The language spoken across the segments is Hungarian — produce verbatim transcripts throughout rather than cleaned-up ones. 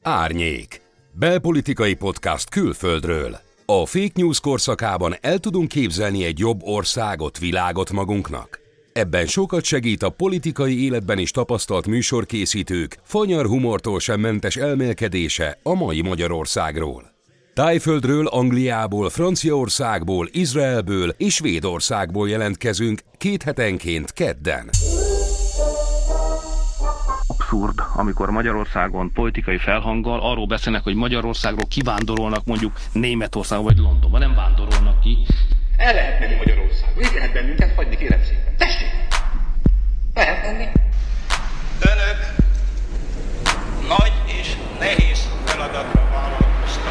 Árnyék. Belpolitikai podcast külföldről. A fake news korszakában el tudunk képzelni egy jobb országot, világot magunknak? Ebben sokat segít a politikai életben is tapasztalt műsorkészítők fanyar humortól sem mentes elmélkedése a mai Magyarországról. Tájföldről, Angliából, Franciaországból, Izraelből és Svédországból jelentkezünk két hetenként kedden. Abszurd, amikor Magyarországon politikai felhanggal arról beszélnek, hogy Magyarországról kivándorolnak mondjuk Németországba vagy Londonba, nem vándorolnak ki. El lehet menni Magyarországon, így lehet bennünket hagyni, kérem szépen. Tessék! Lehet menni. Önök nagy és nehéz feladatra vállalkoztak.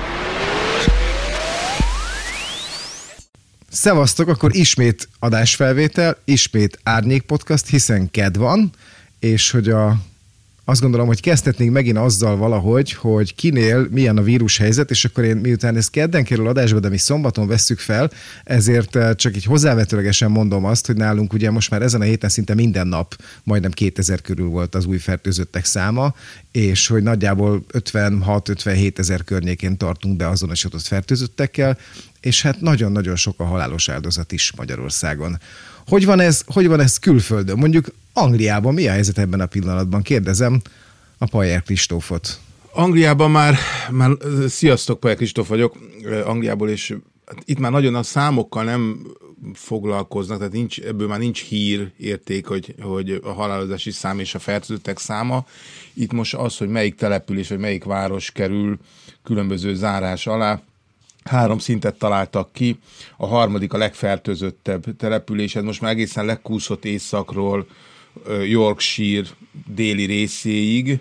Szevasztok, akkor ismét adásfelvétel, ismét Árnyék Podcast, hiszen kedv van, és hogy a azt gondolom, hogy kezdhetnénk megint azzal valahogy, hogy kinél milyen a vírushelyzet, és akkor én miután ez kedden kerül adásba, de mi szombaton vesszük fel, ezért csak így hozzávetőlegesen mondom azt, hogy nálunk ugye most már ezen a héten szinte minden nap majdnem kétezer körül volt az új fertőzöttek száma, és hogy nagyjából ötvenhat-ötvenhét ezer környékén tartunk beazonosított fertőzöttekkel, és hát nagyon-nagyon sok a halálos áldozat is Magyarországon. Hogy van ez, hogy van ez külföldön? Mondjuk Angliában mi a helyzet ebben a pillanatban? Kérdezem a Pajer Kristófot. Angliában már, már sziasztok, Pajer Kristóf vagyok, Angliából, és itt már nagyon a számokkal nem foglalkoznak, tehát nincs, ebből már nincs hírérték, hogy, hogy a halálozási szám és a fertőzöttek száma. Itt most az, hogy melyik település vagy melyik város kerül különböző zárás alá. Három szintet találtak ki, a harmadik a legfertőzöttebb település, most már egészen lekúszott északról Yorkshire déli részéig,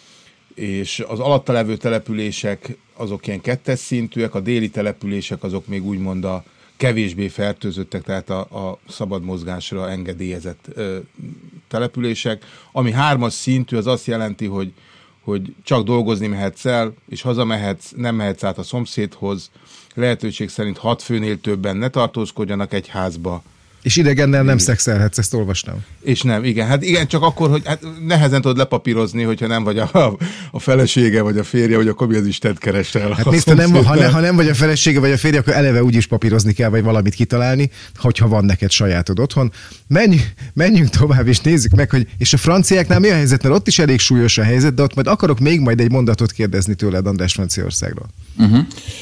és az alatta levő települések azok ilyen kettes szintűek, a déli települések azok még úgymond a kevésbé fertőzöttek, tehát a, a szabad mozgásra engedélyezett ö, települések. Ami hármas szintű, az azt jelenti, hogy, hogy csak dolgozni mehetsz el, és hazamehetsz, nem mehetsz át a szomszédhoz, lehetőség szerint hat főnél többen ne tartózkodjanak egy házba. És idegennel nem szexelhetsz, ezt olvastam. És nem, igen. Hát igen, csak akkor, hogy hát nehezen tudod lepapírozni, hogyha nem vagy a, a felesége, vagy a férje, vagy akkor mi az Istent keresel. Hát nézd, nem, ha, ne, ha nem vagy a felesége, vagy a férje, akkor eleve úgyis papírozni kell, vagy valamit kitalálni, hogyha van neked sajátod otthon. Menj, menjünk tovább, és nézzük meg, hogy és a franciáknál mi a helyzet, mert ott is elég súlyos a helyzet, de ott majd akarok még majd egy mondatot kérdezni tőled, András, Franciaországról. Uh-huh.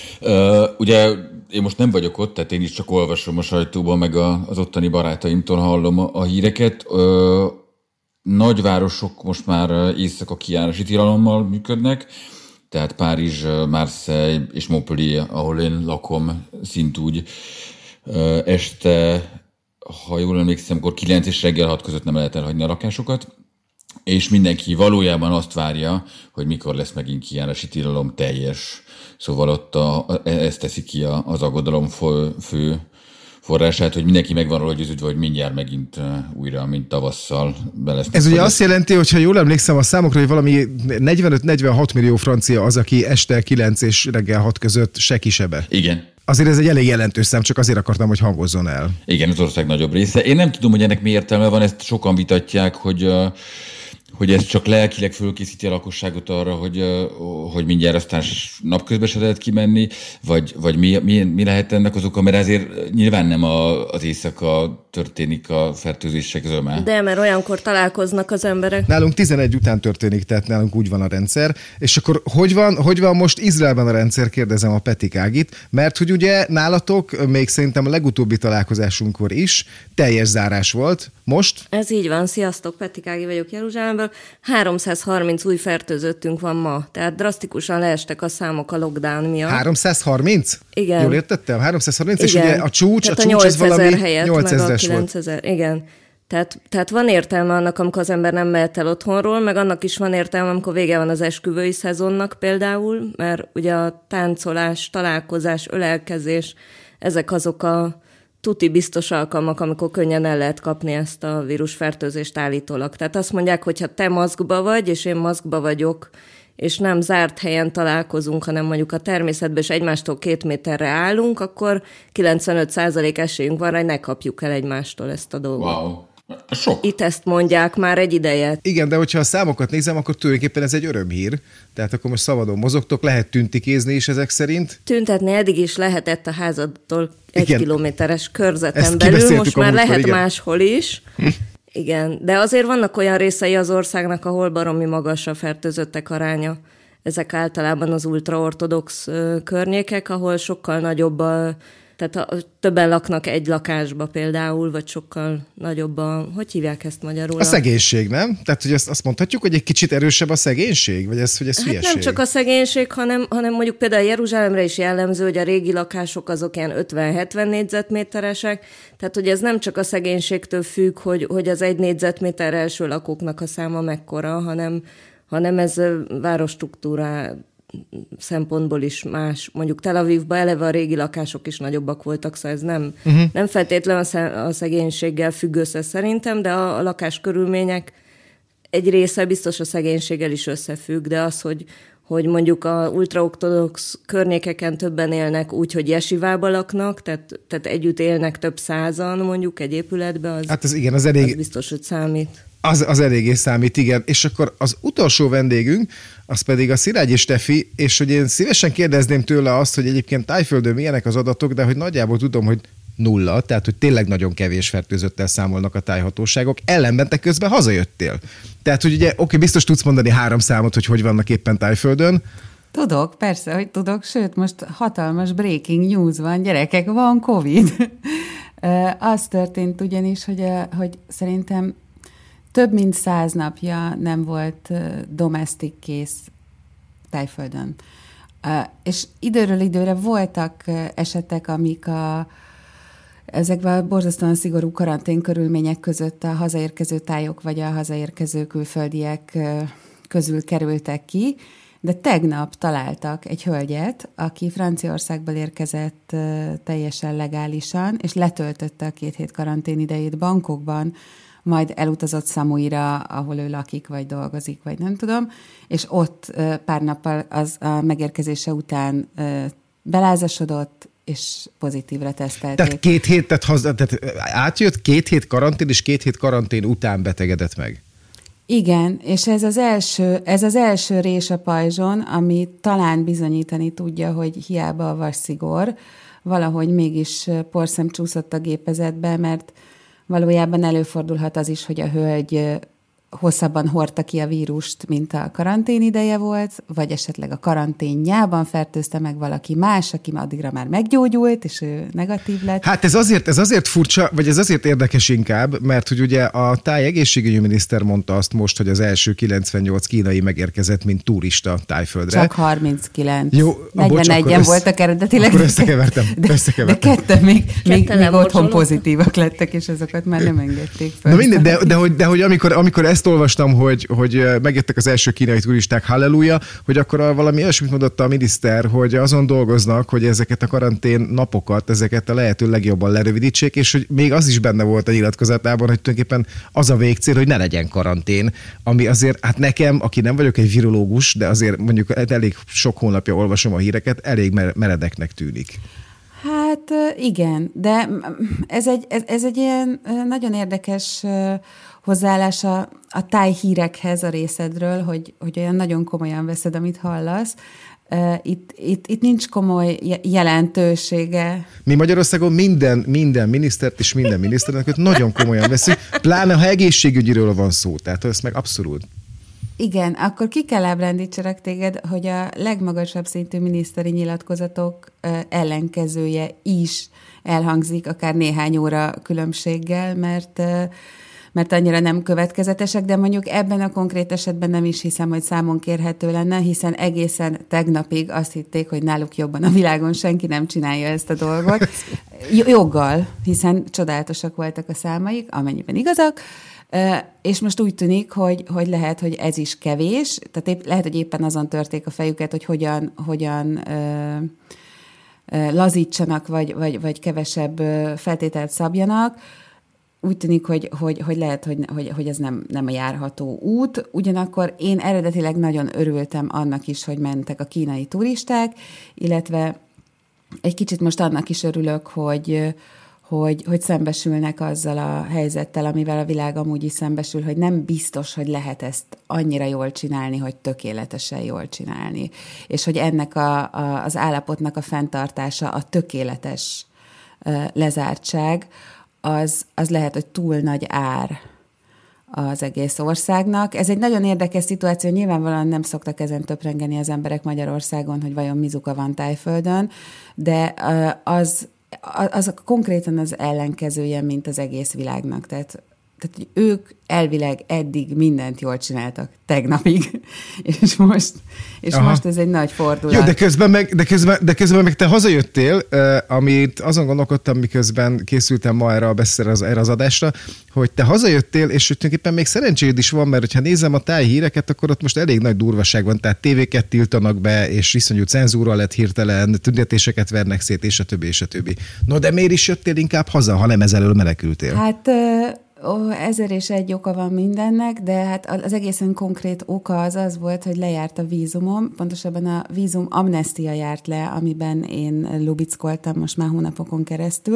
Uh, ugye én most nem vagyok ott, tehát én is csak olvasom a sajtóban, meg a, az ottani barátaimtól hallom a, a híreket. Ö, nagyvárosok most már éjszaka kijárási tilalommal működnek, tehát Párizs, Marseille és Montpellier, ahol én lakom, szintúgy ö, este, ha jól emlékszem, akkor kilenc és reggel hat között nem lehet elhagyni a lakásokat, és mindenki valójában azt várja, hogy mikor lesz megint kijárási tilalom teljes. Szóval ott a, ezt teszi ki az aggodalom fő forrását, hogy mindenki megvan róla győződve, hogy mindjárt megint újra, mint tavasszal be lesz. Ez ugye azt jelenti, hogy ha jól emlékszem a számokra, hogy valami negyvenöt-negyvenhat millió francia az, aki este kilenc és reggel hat között se kisebe. Igen. Azért ez egy elég jelentős szám, csak azért akartam, hogy hangozzon el. Igen, az ország nagyobb része. Én nem tudom, hogy ennek mi értelme van, ezt sokan vitatják, hogy... hogy ez csak lelkileg fölkészíti a lakosságot arra, hogy, hogy mindjárt aztán napközben se lehet kimenni, vagy, vagy mi, mi, mi lehet ennek az oka, mert azért nyilván nem a, az éjszaka történik a fertőzések zöme. De, mert olyankor találkoznak az emberek. Nálunk tizenegy után történik, tehát nálunk úgy van a rendszer. És akkor hogy van, hogy van most Izraelben a rendszer, kérdezem a Petik Ágit, mert hogy ugye nálatok még szerintem a legutóbbi találkozásunkkor is teljes zárás volt. Most? Ez így van, sziasztok, Petik Ági vagyok Jeruzsálemből. háromszázharminc új fertőzöttünk van ma, tehát drasztikusan leestek a számok a lockdown miatt. háromszázharminc? Igen. Jól értettem? háromszázharminc, igen. És ugye a csúcs, tehát a csúcs az valami nyolcezres volt. Igen. Tehát, tehát van értelme annak, amikor az ember nem mehet el otthonról, meg annak is van értelme, amikor vége van az esküvői szezonnak például, mert ugye a táncolás, találkozás, ölelkezés, ezek azok a tuti biztos alkalmak, amikor könnyen el lehet kapni ezt a vírusfertőzést állítólag. Tehát azt mondják, hogy ha te maszkba vagy, és én maszkba vagyok, és nem zárt helyen találkozunk, hanem mondjuk a természetben és egymástól két méterre állunk, akkor kilencvenöt százalék esélyünk van, hogy ne kapjuk el egymástól ezt a dolgot. Wow. Sok. Itt ezt mondják már egy ideje. Igen, de hogyha a számokat nézem, akkor tulajdonképpen ez egy örömhír. Tehát akkor most szabadon mozogtok, lehet tüntikézni is ezek szerint. Tüntetni eddig is lehetett a házadtól egy igen. kilométeres körzeten Ezt belül, most már lehet igen. máshol is. Igen, de azért vannak olyan részei az országnak, ahol baromi magas a fertőzöttek aránya. Ezek általában az ultraortodox környékek, ahol sokkal nagyobb a, tehát a, többen laknak egy lakásba például, vagy sokkal nagyobb a, hogy hívják ezt magyarul? A szegénység, nem? Tehát, hogy azt, azt mondhatjuk, hogy egy kicsit erősebb a szegénység? Vagy ez, hogy ez hát hülyeség? Nem csak a szegénység, hanem, hanem mondjuk például Jeruzsálemre is jellemző, hogy a régi lakások azok ilyen ötven-hetven négyzetméteresek, tehát hogy ez nem csak a szegénységtől függ, hogy, hogy az egy négyzetméter első lakóknak a száma mekkora, hanem hanem ez városstruktúrá szempontból is más. Mondjuk Tel Avivban eleve a régi lakások is nagyobbak voltak, szóval ez nem, uh-huh. nem feltétlenül a szegénységgel függ össze szerintem, de a, a lakáskörülmények egy része biztos a szegénységgel is összefügg, de az, hogy, hogy mondjuk a ultraortodox környékeken többen élnek úgy, hogy jesivába laknak, tehát, tehát együtt élnek több százan mondjuk egy épületbe, az, hát ez igen, az, elég... az biztos, hogy számít. Az, az eléggé számít, igen. És akkor az utolsó vendégünk, az pedig a Szilágyi Stefi, és hogy én szívesen kérdezném tőle azt, hogy egyébként Tájföldön milyenek az adatok, de hogy nagyjából tudom, hogy nulla, tehát hogy tényleg nagyon kevés fertőzöttel számolnak a tájhatóságok, ellenben te közben hazajöttél. Tehát, hogy ugye, oké, biztos tudsz mondani három számot, hogy hogy vannak éppen Tájföldön. Tudok, persze, hogy tudok, sőt, most hatalmas breaking news van, gyerekek, van Covid. Az történt ugyanis, hogy, hogy szerintem több mint száz napja nem volt domestic case Tájföldön. És időről időre voltak esetek, amik a, ezekben a borzasztóan szigorú karantén körülmények között a hazaérkező tájok vagy a hazaérkező külföldiek közül kerültek ki, de tegnap találtak egy hölgyet, aki Franciaországból érkezett teljesen legálisan, és letöltötte a két hét karantén idejét Bangkokban, majd elutazott Szamuira, ahol ő lakik, vagy dolgozik, vagy nem tudom, és ott pár nappal az a megérkezése után belázasodott, és pozitívra tesztelték. Tehát két hét, tehát, haza, tehát átjött két hét karantén, és két hét karantén után betegedett meg. Igen, és ez az első, ez az első rés a pajzson, ami talán bizonyítani tudja, hogy hiába a vasszigor, valahogy mégis porszem csúszott a gépezetbe, mert valójában előfordulhat az is, hogy a hölgy hosszabban hordta ki a vírust, mint a karantén ideje volt, vagy esetleg a karanténjában fertőzte meg valaki más, aki addigra már meggyógyult, és ő negatív lett. Hát ez azért, ez azért furcsa, vagy ez azért érdekes inkább, mert hogy ugye a táj egészségügyi miniszter mondta azt most, hogy az első kilencvennyolc kínai megérkezett, mint turista Tájföldre. Csak harminckilenc. Jó, negyvenegyen össze, voltak eredetileg. Akkor összekevertem. De, összekevertem. de ketten még, még, még otthon pozitívak lettek, és azokat már nem engedték fel. Na minden, de, de, hogy, de hogy amikor, amikor ezt olvastam, hogy, hogy megjöttek az első kínai turisták, halleluja, hogy akkor a valami olyasmit mondott a miniszter, hogy azon dolgoznak, hogy ezeket a karantén napokat, ezeket a lehető legjobban lerövidítsék, és hogy még az is benne volt a nyilatkozatában, hogy tulajdonképpen az a végcél, hogy ne legyen karantén, ami azért, hát nekem, aki nem vagyok egy virológus, de azért mondjuk elég sok hónapja olvasom a híreket, elég meredeknek tűnik. Hát igen, de ez egy, ez, ez egy ilyen nagyon érdekes hozzáállás a, a tájhírekhez a részedről, hogy, hogy olyan nagyon komolyan veszed, amit hallasz. Itt, itt, itt nincs komoly jelentősége. Mi Magyarországon minden, minden minisztert és minden miniszterelnököt nagyon komolyan veszünk, pláne ha egészségügyiről van szó, tehát ez meg abszolút. Igen, akkor ki kell ábrándítsanak téged, hogy a legmagasabb szintű miniszteri nyilatkozatok ellenkezője is elhangzik, akár néhány óra különbséggel, mert, mert annyira nem következetesek, de mondjuk ebben a konkrét esetben nem is hiszem, hogy számon kérhető lenne, hiszen egészen tegnapig azt hitték, hogy náluk jobban a világon senki nem csinálja ezt a dolgot. Joggal, hiszen csodálatosak voltak a számaik, amennyiben igazak, és most úgy tűnik, hogy, hogy lehet, hogy ez is kevés, tehát épp, lehet, hogy éppen azon törték a fejüket, hogy hogyan, hogyan ö, ö, lazítsanak, vagy, vagy, vagy kevesebb feltételt szabjanak. Úgy tűnik, hogy, hogy, hogy lehet, hogy, hogy, hogy ez nem, nem a járható út. Ugyanakkor én eredetileg nagyon örültem annak is, hogy mentek a kínai turisták, illetve egy kicsit most annak is örülök, hogy hogy, hogy szembesülnek azzal a helyzettel, amivel a világ amúgy is szembesül, hogy nem biztos, hogy lehet ezt annyira jól csinálni, hogy tökéletesen jól csinálni. És hogy ennek a, a, az állapotnak a fenntartása, a tökéletes uh, lezártság, az, az lehet, hogy túl nagy ár az egész országnak. Ez egy nagyon érdekes szituáció, nyilvánvalóan nem szoktak ezen töprengeni az emberek Magyarországon, hogy vajon mizuka van Tájföldön, de uh, az az konkrétan az ellenkezője, mint az egész világnak. Tehát, tehát ők elvileg eddig mindent jól csináltak, tegnapig, és most, és most ez egy nagy fordulat. Jó, de közben meg, de közben, de közben meg te hazajöttél, uh, amit azon gondolkodtam, miközben készültem ma erre a beszélre, erre az adásra, hogy te hazajöttél, és hogy tulajdonképpen még szerencséd is van, mert ha nézem a táj híreket, akkor ott most elég nagy durvaság van, tehát tévéket tiltanak be, és iszonyú cenzúra lett hirtelen, tüntetéseket vernek szét, és a többi, és a többi. No, de miért is jöttél inkább haza, ha nem ez elől menekültél? Hát... Uh... Ó, ezer és egy oka van mindennek, de hát az egészen konkrét oka az az volt, hogy lejárt a vízumom, pontosabban a vízum amnestia járt le, amiben én lubickoltam most már hónapokon keresztül,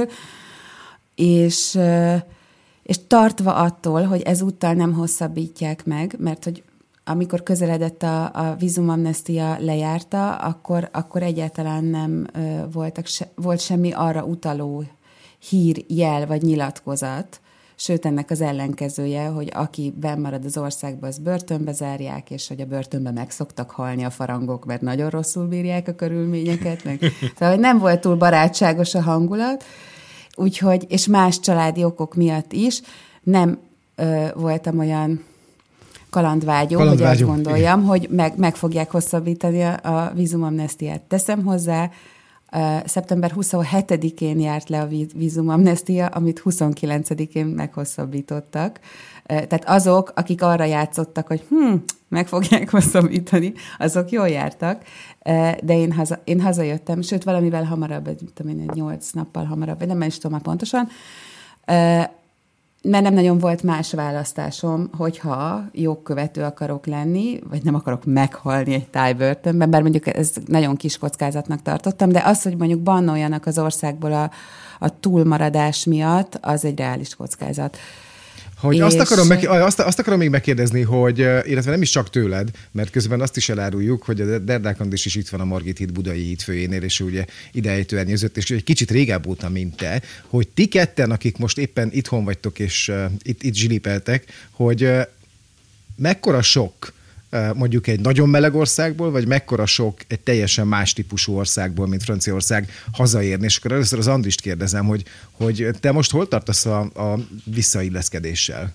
és, és tartva attól, hogy ezúttal nem hosszabbítják meg, mert hogy amikor közeledett a, a vízumamnestia lejárta, akkor, akkor egyáltalán nem voltak se, volt semmi arra utaló hír, jel vagy nyilatkozat, sőt, ennek az ellenkezője, hogy aki benn marad az országba, az börtönbe zárják, és hogy a börtönbe meg szoktak halni a farangok, mert nagyon rosszul bírják a körülményeket. Meg. Szóval nem volt túl barátságos a hangulat, úgyhogy, és más családi okok miatt is nem ö, voltam olyan kalandvágyó, kalandvágyó, hogy azt gondoljam, igen, hogy meg, meg fogják hosszabbítani a, a vízumamnestiát. Teszem hozzá, Uh, szeptember huszonhetedikén járt le a vízumamnestia, amit huszonkilencedikén meghosszabbítottak. Uh, tehát azok, akik arra játszottak, hogy hm, meg fogják hosszabbítani, azok jól jártak, uh, de én, haza, én hazajöttem, sőt valamivel hamarabb, egy, tudom én, egy nyolc nappal hamarabb, nem is tudom már pontosan, uh, mert nem nagyon volt más választásom, hogyha jogkövető akarok lenni, vagy nem akarok meghalni egy tájbörtönben, bár mondjuk ez nagyon kis kockázatnak tartottam, de az, hogy mondjuk bannoljanak az országból a, a túlmaradás miatt, az egy reális kockázat. Hogy azt, akarom meg, azt, azt akarom még megkérdezni, hogy, illetve nem is csak tőled, mert közben azt is eláruljuk, hogy a Derdák Andris is itt van a Margit híd budai hídfőjénél, és ugye idejétően jött, és egy kicsit régebb óta, mint te, hogy ti ketten, akik most éppen itthon vagytok, és uh, itt, itt zsilipeltek, hogy uh, mekkora sok mondjuk egy nagyon meleg országból, vagy mekkora sok egy teljesen más típusú országból, mint Franciaország hazaérni. És akkor először az Andrist kérdezem, hogy, hogy te most hol tartasz a, a visszailleszkedéssel?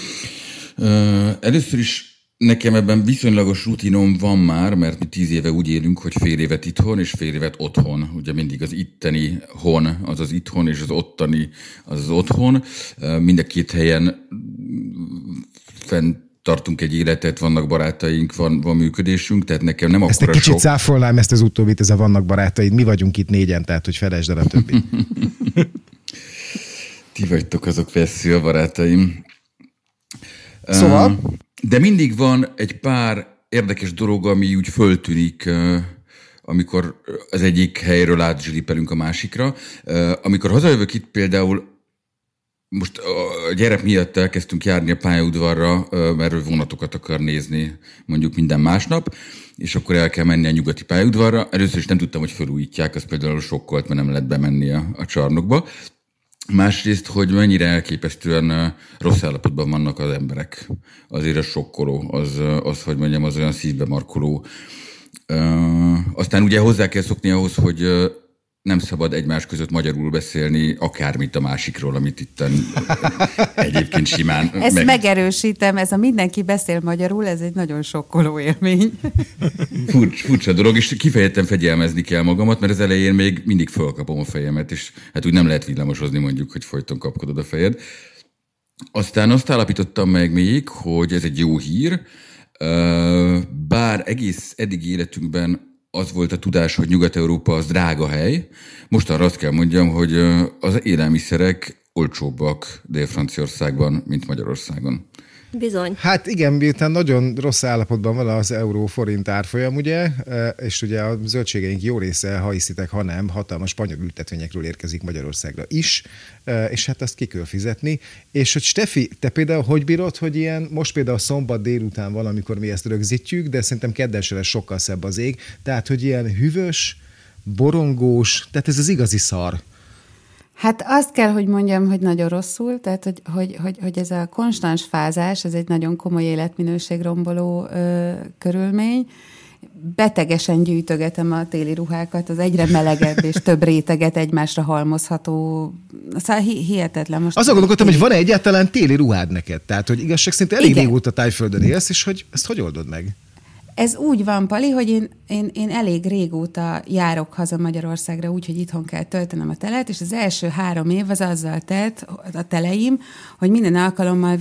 Uh, először is nekem ebben viszonylagos rutinom van már, mert mi tíz éve úgy élünk, hogy fél évet itthon, és fél évet otthon. Ugye mindig az itteni hon, az az itthon, és az ottani az az otthon. Uh, mind a két helyen fent tartunk egy életet, vannak barátaink, van, van működésünk, tehát nekem nem akkora sok... Ezt egy kicsit cáfolnám, ezt az utóbbit, ez a vannak barátaid. Mi vagyunk itt négyen, tehát hogy felejtsd el a többit. Ti vagytok azok vesző a barátaim. Szóval? De mindig van egy pár érdekes dolog, ami úgy föltűnik, amikor az egyik helyről átzsilipelünk a másikra. Amikor hazajövök itt például, most a gyerek miatt elkezdtünk járni a pályaudvarra, mert vonatokat akar nézni mondjuk minden másnap, és akkor el kell menni a nyugati pályaudvarra. Először is nem tudtam, hogy felújítják, az például sokkolt, mert nem lehet bemenni a, a csarnokba. Másrészt, hogy mennyire elképesztően rossz állapotban vannak az emberek. Azért a sokkoló, az, az, hogy mondjam, az olyan szívbe markoló. Aztán ugye hozzá kell szokni ahhoz, hogy nem szabad egymás között magyarul beszélni akármit a másikról, amit itt egyébként simán... Ezt meg... megerősítem, ez a mindenki beszél magyarul, ez egy nagyon sokkoló élmény. Furcsa, furcsa dolog, és kifejezetten fegyelmezni kell magamat, mert az elején még mindig fölkapom a fejemet, és hát úgy nem lehet villamosozni mondjuk, hogy folyton kapkodod a fejed. Aztán azt állapítottam meg még, hogy ez egy jó hír, bár egész eddigi életünkben az volt a tudás, hogy Nyugat-Európa az drága hely. Most arra azt kell mondjam, hogy az élelmiszerek olcsóbbak Dél-Franciaországban, mint Magyarországon. Bizony. Hát igen, miután nagyon rossz állapotban van az euró-forint árfolyam, ugye, és ugye a zöldségeink jó része, ha hiszitek, ha nem, hatalmas spanyol ültetvényekről érkezik Magyarországra is, és hát azt ki kell fizetni. És hogy Stefi, te például hogy bírod, hogy ilyen, most például szombat délután van, amikor mi ezt rögzítjük, de szerintem keddesre sokkal szebb az ég, tehát hogy ilyen hűvös, borongós, tehát ez az igazi szar. Hát azt kell, hogy mondjam, hogy nagyon rosszul, tehát hogy, hogy, hogy, hogy ez a konstans fázás, ez egy nagyon komoly életminőségromboló ö, körülmény. Betegesen gyűjtögetem a téli ruhákat, az egyre melegebb és több réteget egymásra halmozható. Szóval hi- hihetetlen. Most azon gondolkodtam, hogy van-e egyáltalán téli ruhád neked? Tehát, hogy igazság szerint elég Igen. régóta Tájföldön élsz, és hogy ezt hogy oldod meg? Ez úgy van, Pali, hogy én, én, én elég régóta járok haza Magyarországra úgy, hogy itthon kell töltenem a telet, és az első három év az azzal telt, a teleim, hogy minden alkalommal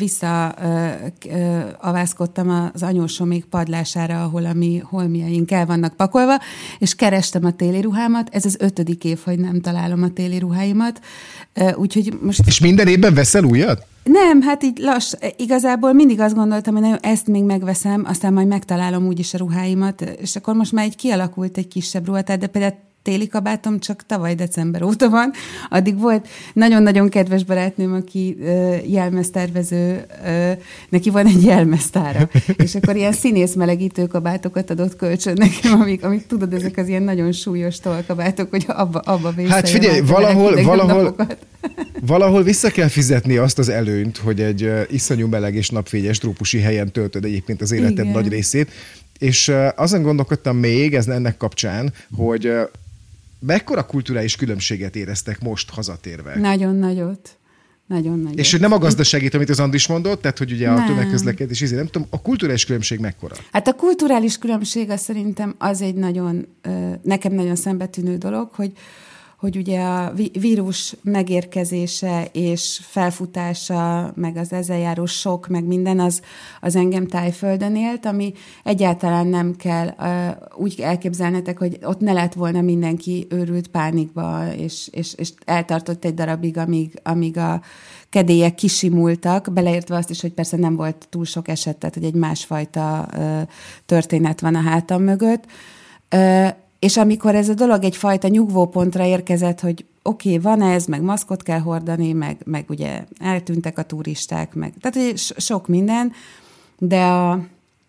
visszaavászkodtam az anyósomék padlására, ahol a mi holmiaink el vannak pakolva, és kerestem a téli ruhámat. Ez az ötödik év, hogy nem találom a téli ruháimat. Úgyhogy most... És minden évben veszel újat? Nem, hát így lass, igazából mindig azt gondoltam, hogy ezt még megveszem, aztán majd megtalálom úgyis a ruháimat, és akkor most már egy kialakult egy kisebb ruhatár, de például téli kabátom csak tavaly december óta van. Addig volt nagyon-nagyon kedves barátnőm, aki uh, jelmeztervező, uh, neki van egy jelmeztára, és akkor ilyen színész melegítő kabátokat adott kölcsön nekem, amik, amik tudod, ezek az ilyen nagyon súlyos tollkabátok, hogy abba, abba vészeljem. Hát figyelj, valahol, valahol, valahol vissza kell fizetni azt az előnyt, hogy egy uh, iszonyú meleg és napfényes trópusi helyen töltöd egyébként az életed Igen. nagy részét, és uh, azon gondolkodtam még ez ennek kapcsán, hogy uh, mekkora kulturális különbséget éreztek most hazatérve? Nagyon nagyot. Nagyon nagyot. És hogy nem a gazdaságét, amit az Andris mondott, tehát hogy ugye a tömegközlekedés, és nem tudom, a kulturális különbség mekkora? Hát a kulturális különbség az szerintem az egy nagyon, nekem nagyon szembetűnő dolog, hogy hogy ugye a vírus megérkezése és felfutása, meg az ezzel járó sok, meg minden, az, az engem Tájföldön élt, ami egyáltalán nem kell uh, úgy elképzelnetek, hogy ott ne lett volna mindenki őrült pánikba, és, és, és eltartott egy darabig, amíg, amíg a kedélyek kisimultak, beleértve azt is, hogy persze nem volt túl sok eset, tehát hogy egy másfajta uh, történet van a hátam mögött. Uh, És amikor ez a dolog egyfajta nyugvópontra érkezett, hogy oké, okay, van ez, meg maszkot kell hordani, meg, meg ugye eltűntek a turisták, meg, tehát ugye sok minden, de a,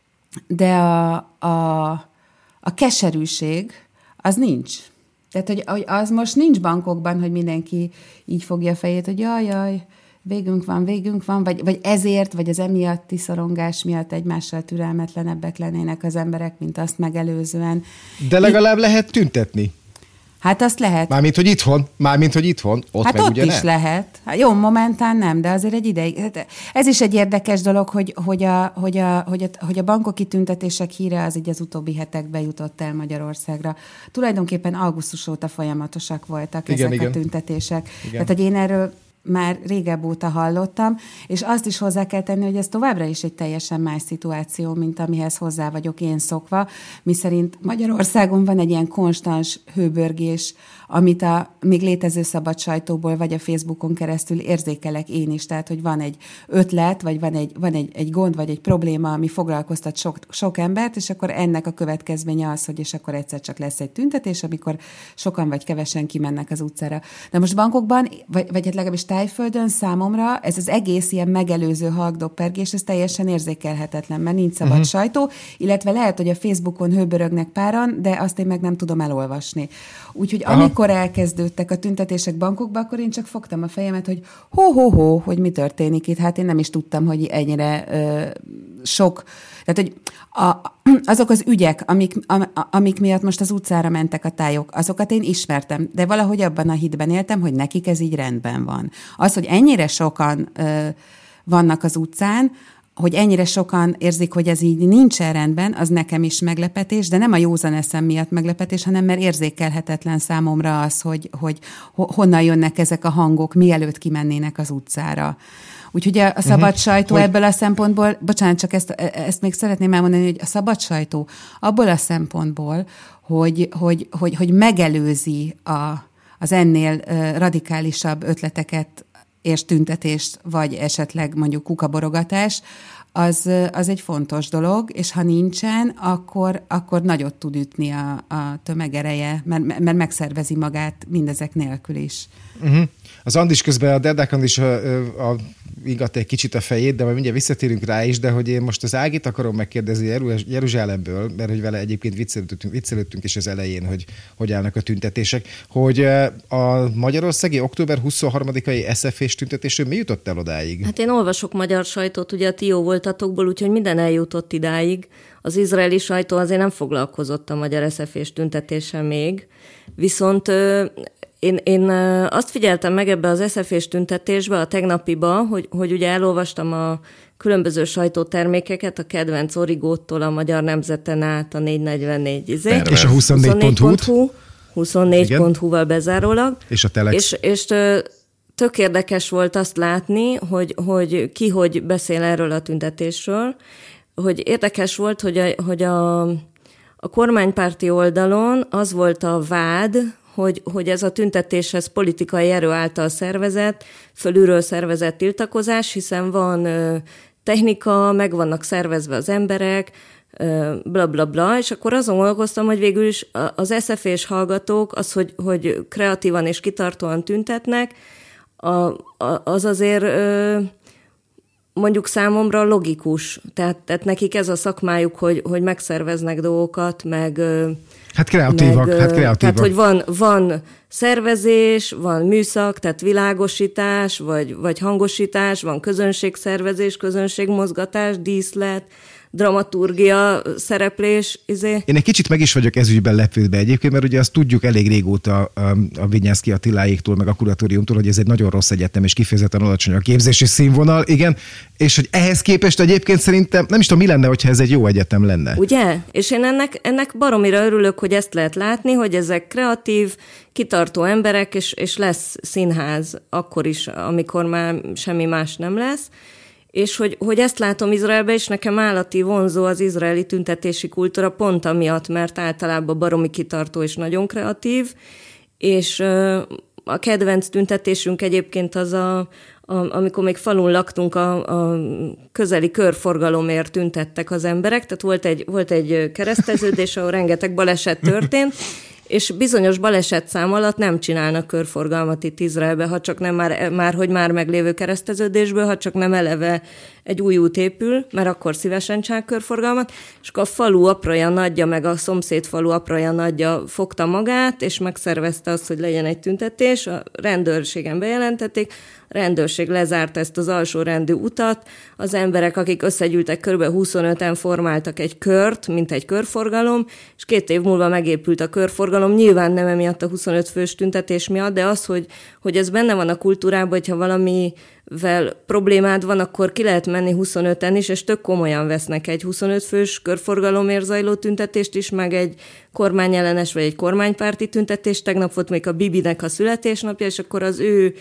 de a, a, a keserűség az nincs. Tehát, hogy, hogy az most nincs bankokban, hogy mindenki így fogja a fejét, hogy jaj, jaj, végünk van, végünk van, vagy, vagy ezért, vagy az emiatti szorongás miatt egymással türelmetlenebbek lennének az emberek, mint azt megelőzően. De legalább Itt... lehet tüntetni. Hát azt lehet. Mármint, hogy itthon, mármint, hogy itthon, ott hát meg ott ugye is nem. lehet. Hát jó, momentán nem, de azért egy ideig. Ez is egy érdekes dolog, hogy, hogy, a, hogy, a, hogy, a, hogy a bankoki tüntetések híre az így az utóbbi hetekben jutott el Magyarországra. Tulajdonképpen augusztus óta folyamatosak voltak igen, ezek igen. a tüntetések. Igen. Tehát, hogy én erről már régebb óta hallottam, és azt is hozzá kell tenni, hogy ez továbbra is egy teljesen más szituáció, mint amihez hozzá vagyok én szokva, miszerint Magyarországon van egy ilyen konstans hőbörgés, amit a még létező szabad sajtóból, vagy a Facebookon keresztül érzékelek én is, tehát, hogy van egy ötlet, vagy van egy, van egy, egy gond, vagy egy probléma, ami foglalkoztat sok, sok embert, és akkor ennek a következménye az, hogy és akkor egyszer csak lesz egy tüntetés, amikor sokan vagy kevesen kimennek az utcára. De most bankokban, vagy, vagy hát legalábbis Tájföldön számomra ez az egész ilyen megelőző halkdoppergés, ez teljesen érzékelhetetlen, mert nincs szabad uh-huh. sajtó, illetve lehet, hogy a Facebookon hőbörögnek páran, de azt én meg nem tudom elolvasni. Úgyhogy Aha. amikor elkezdődtek a tüntetések bankokba, akkor én csak fogtam a fejemet, hogy ho-ho-ho, hogy mi történik itt. Hát én nem is tudtam, hogy ennyire ö, sok. Tehát, hogy a, azok az ügyek, amik, am, amik miatt most az utcára mentek a tájok, azokat én ismertem, de valahogy abban a hitben éltem, hogy nekik ez így rendben van. Az, hogy ennyire sokan ö, vannak az utcán, hogy ennyire sokan érzik, hogy ez így nincsen rendben, az nekem is meglepetés, de nem a józan eszem miatt meglepetés, hanem mert érzékelhetetlen számomra az, hogy, hogy honnan jönnek ezek a hangok, mielőtt kimennének az utcára. Úgyhogy a, a szabad uh-huh. sajtó hogy... ebből a szempontból, bocsánat, csak ezt, ezt még szeretném elmondani, hogy a szabad sajtó abból a szempontból, hogy, hogy, hogy, hogy megelőzi a, az ennél radikálisabb ötleteket és tüntetést, vagy esetleg mondjuk kukaborogatás, az, az egy fontos dolog, és ha nincsen, akkor, akkor nagyot tud ütni a, a tömegereje, mert, mert megszervezi magát mindezek nélkül is. Uh-huh. Az Andis közben, a Derdák is a, a, ingatta egy kicsit a fejét, de majd mindjárt visszatérünk rá is, de hogy én most az Ágit akarom megkérdezni Jeruzsálemből, mert hogy vele egyébként viccelődtünk, viccelődtünk is az elején, hogy hogy állnak a tüntetések, hogy a magyarországi október huszonharmadikai es ef es tüntetésről mi jutott el odáig? Hát én olvasok magyar sajtót, ugye a ti jó voltatokból, úgyhogy minden eljutott idáig. Az izraeli sajtó azért nem foglalkozott a magyar es ef es tüntetéssel még, viszont Én, én azt figyeltem meg ebbe az es ef es tüntetésbe, a tegnapiba, hogy, hogy ugye elolvastam a különböző sajtótermékeket, a kedvenc Origótól a Magyar Nemzeten át a négyszáznegyvennégy izé. És a huszonnégy pont hu. huszonnégy pont hu-val bezárólag. És a Telex. És, és tök érdekes volt azt látni, hogy, hogy ki hogy beszél erről a tüntetésről, hogy érdekes volt, hogy a, hogy a, a kormánypárti oldalon az volt a vád, Hogy, hogy ez a tüntetéshez politikai erő által szervezett, fölülről szervezett tiltakozás, hiszen van ö, technika, meg vannak szervezve az emberek, ö, bla bla bla, és akkor azon gondolkoztam, hogy végül is az es ef es hallgatók, az, hogy, hogy kreatívan és kitartóan tüntetnek, a, a, az azért ö, mondjuk számomra logikus. Tehát, tehát nekik ez a szakmájuk, hogy, hogy megszerveznek dolgokat, meg... Ö, Hát kreatívak, meg, hát kreatívak. Tehát, hogy van, van szervezés, van műszak, tehát világosítás, vagy, vagy hangosítás, van közönségszervezés, közönségmozgatás, díszlet, dramaturgia, szereplés. Izé. Én egy kicsit meg is vagyok ezügyben lepődve egyébként, mert ugye azt tudjuk elég régóta a Vinyánszky Attiláéktól, meg a kuratóriumtól, hogy ez egy nagyon rossz egyetem, és kifejezetten alacsony a képzési színvonal, igen, és hogy ehhez képest egyébként szerintem, nem is tudom, mi lenne, hogyha ez egy jó egyetem lenne. Ugye? És én ennek, ennek baromira örülök, hogy ezt lehet látni, hogy ezek kreatív, kitartó emberek, és, és lesz színház akkor is, amikor már semmi más nem lesz. És hogy, hogy ezt látom Izraelben, és nekem állati vonzó az izraeli tüntetési kultúra pont amiatt, mert általában baromi kitartó és nagyon kreatív, és a kedvenc tüntetésünk egyébként az, a, a, amikor még falun laktunk, a, a közeli körforgalomért tüntettek az emberek, tehát volt egy, volt egy kereszteződés, ahol rengeteg baleset történt, és bizonyos balesetszám alatt nem csinálnak körforgalmat itt Izraelbe, ha csak nem már, már, hogy már meglévő kereszteződésből, ha csak nem eleve egy új út épül, mert akkor szívesen csinál körforgalmat, és akkor a falu apraja nagyja, meg a szomszéd falu apraja nagyja fogta magát, és megszervezte azt, hogy legyen egy tüntetés, a rendőrségen bejelentették, a rendőrség lezárta ezt az alsórendű utat, az emberek, akik összegyűltek, kb. huszonöten formáltak egy kört, mint egy körforgalom, és két év múlva megépült a körforgalom, nyilván nem emiatt a huszonöt fős tüntetés miatt, de az, hogy, hogy ez benne van a kultúrában, hogyha valamivel problémád van, akkor ki lehet menni huszonöten is, és tök komolyan vesznek egy huszonöt fős körforgalomért zajló tüntetést is, meg egy kormányellenes vagy egy kormánypárti tüntetést. Tegnap volt még a Bibinek a születésnapja, és akkor az ő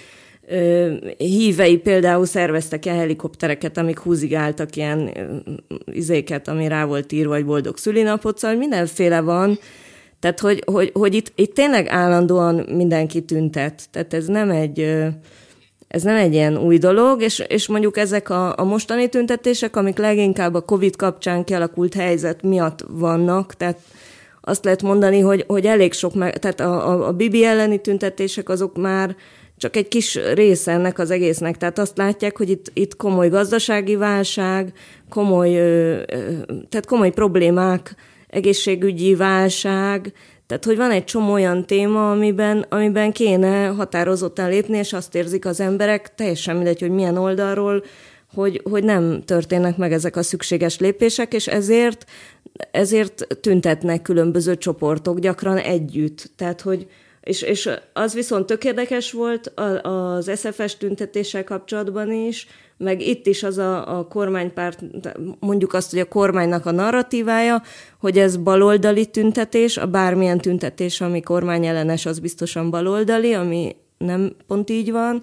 hívei például szerveztek ilyen helikoptereket, amik húzigáltak ilyen izéket, ami rá volt írva, vagy boldog szülinapot, szóval mindenféle van. Tehát, hogy, hogy, hogy itt, itt tényleg állandóan mindenki tüntet. Tehát ez nem egy, ez nem egy ilyen új dolog, és, és mondjuk ezek a, a mostani tüntetések, amik leginkább a Covid kapcsán kialakult helyzet miatt vannak, tehát azt lehet mondani, hogy, hogy elég sok, meg, tehát a, a, a Bibi elleni tüntetések azok már csak egy kis része ennek az egésznek. Tehát azt látják, hogy itt, itt komoly gazdasági válság, komoly, tehát komoly problémák, egészségügyi válság, tehát hogy van egy csomó olyan téma, amiben, amiben kéne határozottan lépni, és azt érzik az emberek, teljesen mindegy, hogy milyen oldalról, hogy, hogy nem történnek meg ezek a szükséges lépések, és ezért, ezért tüntetnek különböző csoportok gyakran együtt. Tehát, hogy És, és az viszont tök érdekes volt az es ef es tüntetéssel kapcsolatban is, meg itt is az a, a kormánypárt, mondjuk azt, hogy a kormánynak a narratívája, hogy ez baloldali tüntetés, a bármilyen tüntetés, ami kormányellenes, az biztosan baloldali, ami nem pont így van,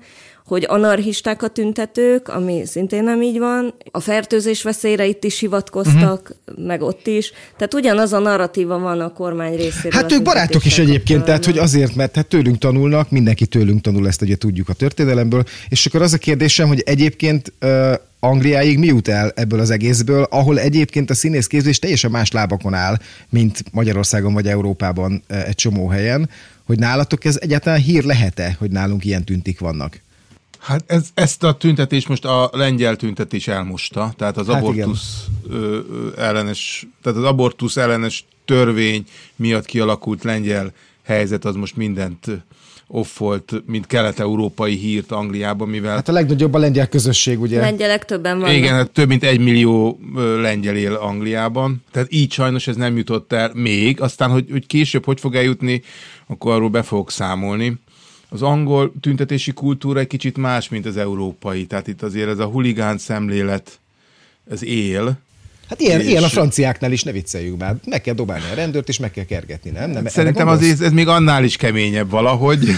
hogy anarchisták a tüntetők, ami szintén nem így van. A fertőzés veszélyre itt is hivatkoztak, uh-huh. meg ott is. Tehát ugyanaz a narratíva van a kormány részéről. Hát ők barátok is egyébként, tehát hogy azért, mert hát tőlünk tanulnak, mindenki tőlünk tanul, ezt ugye tudjuk a történelemből, és akkor az a kérdésem, hogy egyébként uh, Angliáig mi jut el ebből az egészből, ahol egyébként a színészképzés teljesen más lábakon áll, mint Magyarországon vagy Európában egy csomó helyen, hogy nálatok ez egyáltalán hír lehet-e, hogy nálunk ilyen tüntik vannak? Hát ez, ezt a tüntetést most a lengyel tüntetés elmosta, tehát az hát abortusz igen. ellenes, tehát az abortusz ellenes törvény miatt kialakult lengyel helyzet az most mindent offolt, mint kelet-európai hírt Angliában, mivel... Hát a legnagyobb a lengyel közösség, ugye? Lengyelek többen vannak. Igen, hát több mint egy millió lengyel él Angliában, tehát így sajnos ez nem jutott el még, aztán, hogy, hogy később hogy fog eljutni, akkor arról be fogok számolni. Az angol tüntetési kultúra egy kicsit más, mint az európai, tehát itt azért ez a huligán szemlélet, ez él. Hát ilyen, ilyen a franciáknál is, ne vicceljük már. Meg kell dobálni a rendőrt, és meg kell kergetni, nem? nem Szerintem azért ez még annál is keményebb valahogy.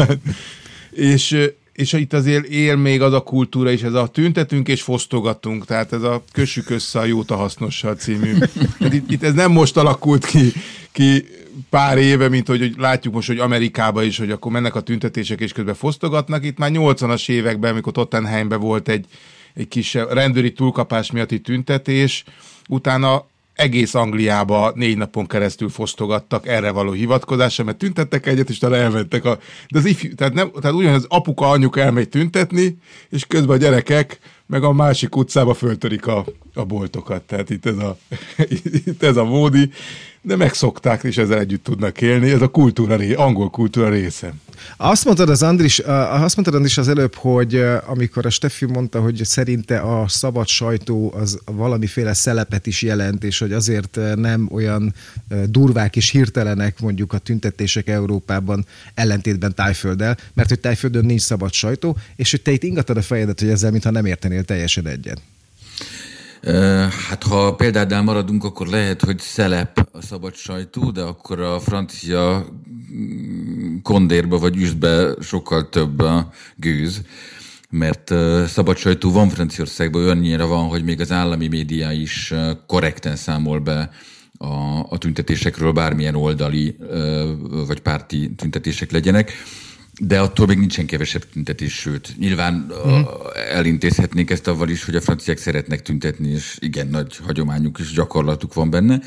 és, és itt azért él még az a kultúra is, ez a tüntetünk és fosztogatunk, tehát ez a kössük össze a jót a hasznossal című. Itt, itt ez nem most alakult ki, ki pár éve, mint hogy, hogy látjuk most, hogy Amerikában is, hogy akkor mennek a tüntetések és közben fosztogatnak. Itt már nyolcvanas években, amikor Tottenhamben volt egy egy kis rendőri túlkapás miatti tüntetés, utána egész Angliába négy napon keresztül fosztogattak erre való hivatkozásra, mert tüntettek egyet, és talán elmentek a... De az ifjú, tehát, nem, tehát ugyanaz apuka, anyuka elmegy tüntetni, és közben a gyerekek meg a másik utcába föltörik a, a boltokat. Tehát itt ez a, itt ez a módi, de megszokták, és ezzel együtt tudnak élni. Ez a kultúra, angol kultúra része. Azt mondtad az Andris, azt mondtad Andris az előbb, hogy amikor a Steffi mondta, hogy szerinte a szabad sajtó az valamiféle szelepet is jelent, és hogy azért nem olyan durvák és hirtelenek mondjuk a tüntetések Európában ellentétben Tájfölddel, mert hogy Tájföldön nincs szabad sajtó, és hogy te itt ingatod a fejedet, hogy ezzel mintha nem értenél teljesen egyet. Hát ha példánál maradunk, akkor lehet, hogy szelep a szabad sajtó, de akkor a francia kondérba vagy üstbe sokkal több a gőz, mert szabad sajtó van Franciaországban, olyannyira van, hogy még az állami média is korrekten számol be a, a tüntetésekről, bármilyen oldali vagy párti tüntetések legyenek. De attól még nincsen kevesebb tüntetés, sőt, nyilván hmm. elintézhetnénk ezt avval is, hogy a franciák szeretnek tüntetni, és igen, nagy hagyományuk és gyakorlatuk van benne.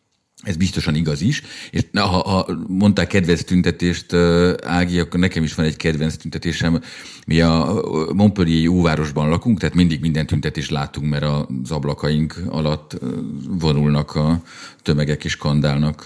Ez biztosan igaz is. És ha, ha mondták kedvenc tüntetést, Ági, akkor nekem is van egy kedvenc tüntetésem. Mi a Montpellier óvárosban lakunk, tehát mindig minden tüntetést látunk, mert az ablakaink alatt vonulnak a tömegek és skandálnak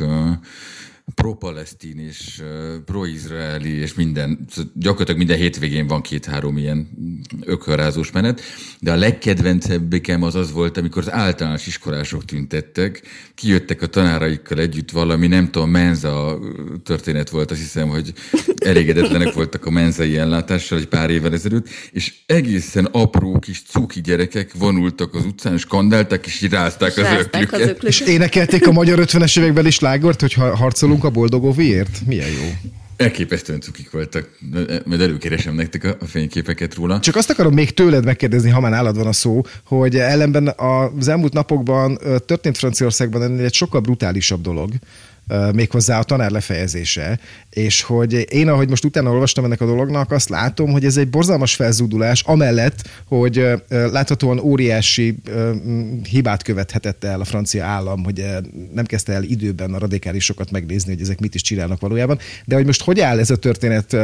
pro-palesztin és pro-izraeli, és minden, gyakorlatilag minden hétvégén van két-három ilyen ökölrázós menet, de a legkedvencebbekem az az volt, amikor az általános iskolások tüntettek, kijöttek a tanáraikkal együtt valami, nem tudom, menza történet volt, azt hiszem, hogy elégedetlenek voltak a menzai ellátással egy pár évvel ezelőtt, és egészen apró kis cuki gyerekek vonultak az utcán, és skandálták, és rázták az öklüket. És énekelték a magyar ötvenes években is slágort, hogy harcolunk a boldogóviért? Milyen jó. Elképesztően cukik voltak. Majd előkeresem nektek a fényképeket róla. Csak azt akarom még tőled megkérdezni, ha már nálad van a szó, hogy ellenben az elmúlt napokban történt Franciaországban ennél egy sokkal brutálisabb dolog, méghozzá a tanár lefejezése, és hogy én, ahogy most utána olvastam ennek a dolognak, azt látom, hogy ez egy borzalmas felzúdulás, amellett, hogy láthatóan óriási hibát követhetett el a francia állam, hogy nem kezdte el időben a radikálisokat megnézni, hogy ezek mit is csinálnak valójában, de hogy most hogy áll ez a történet,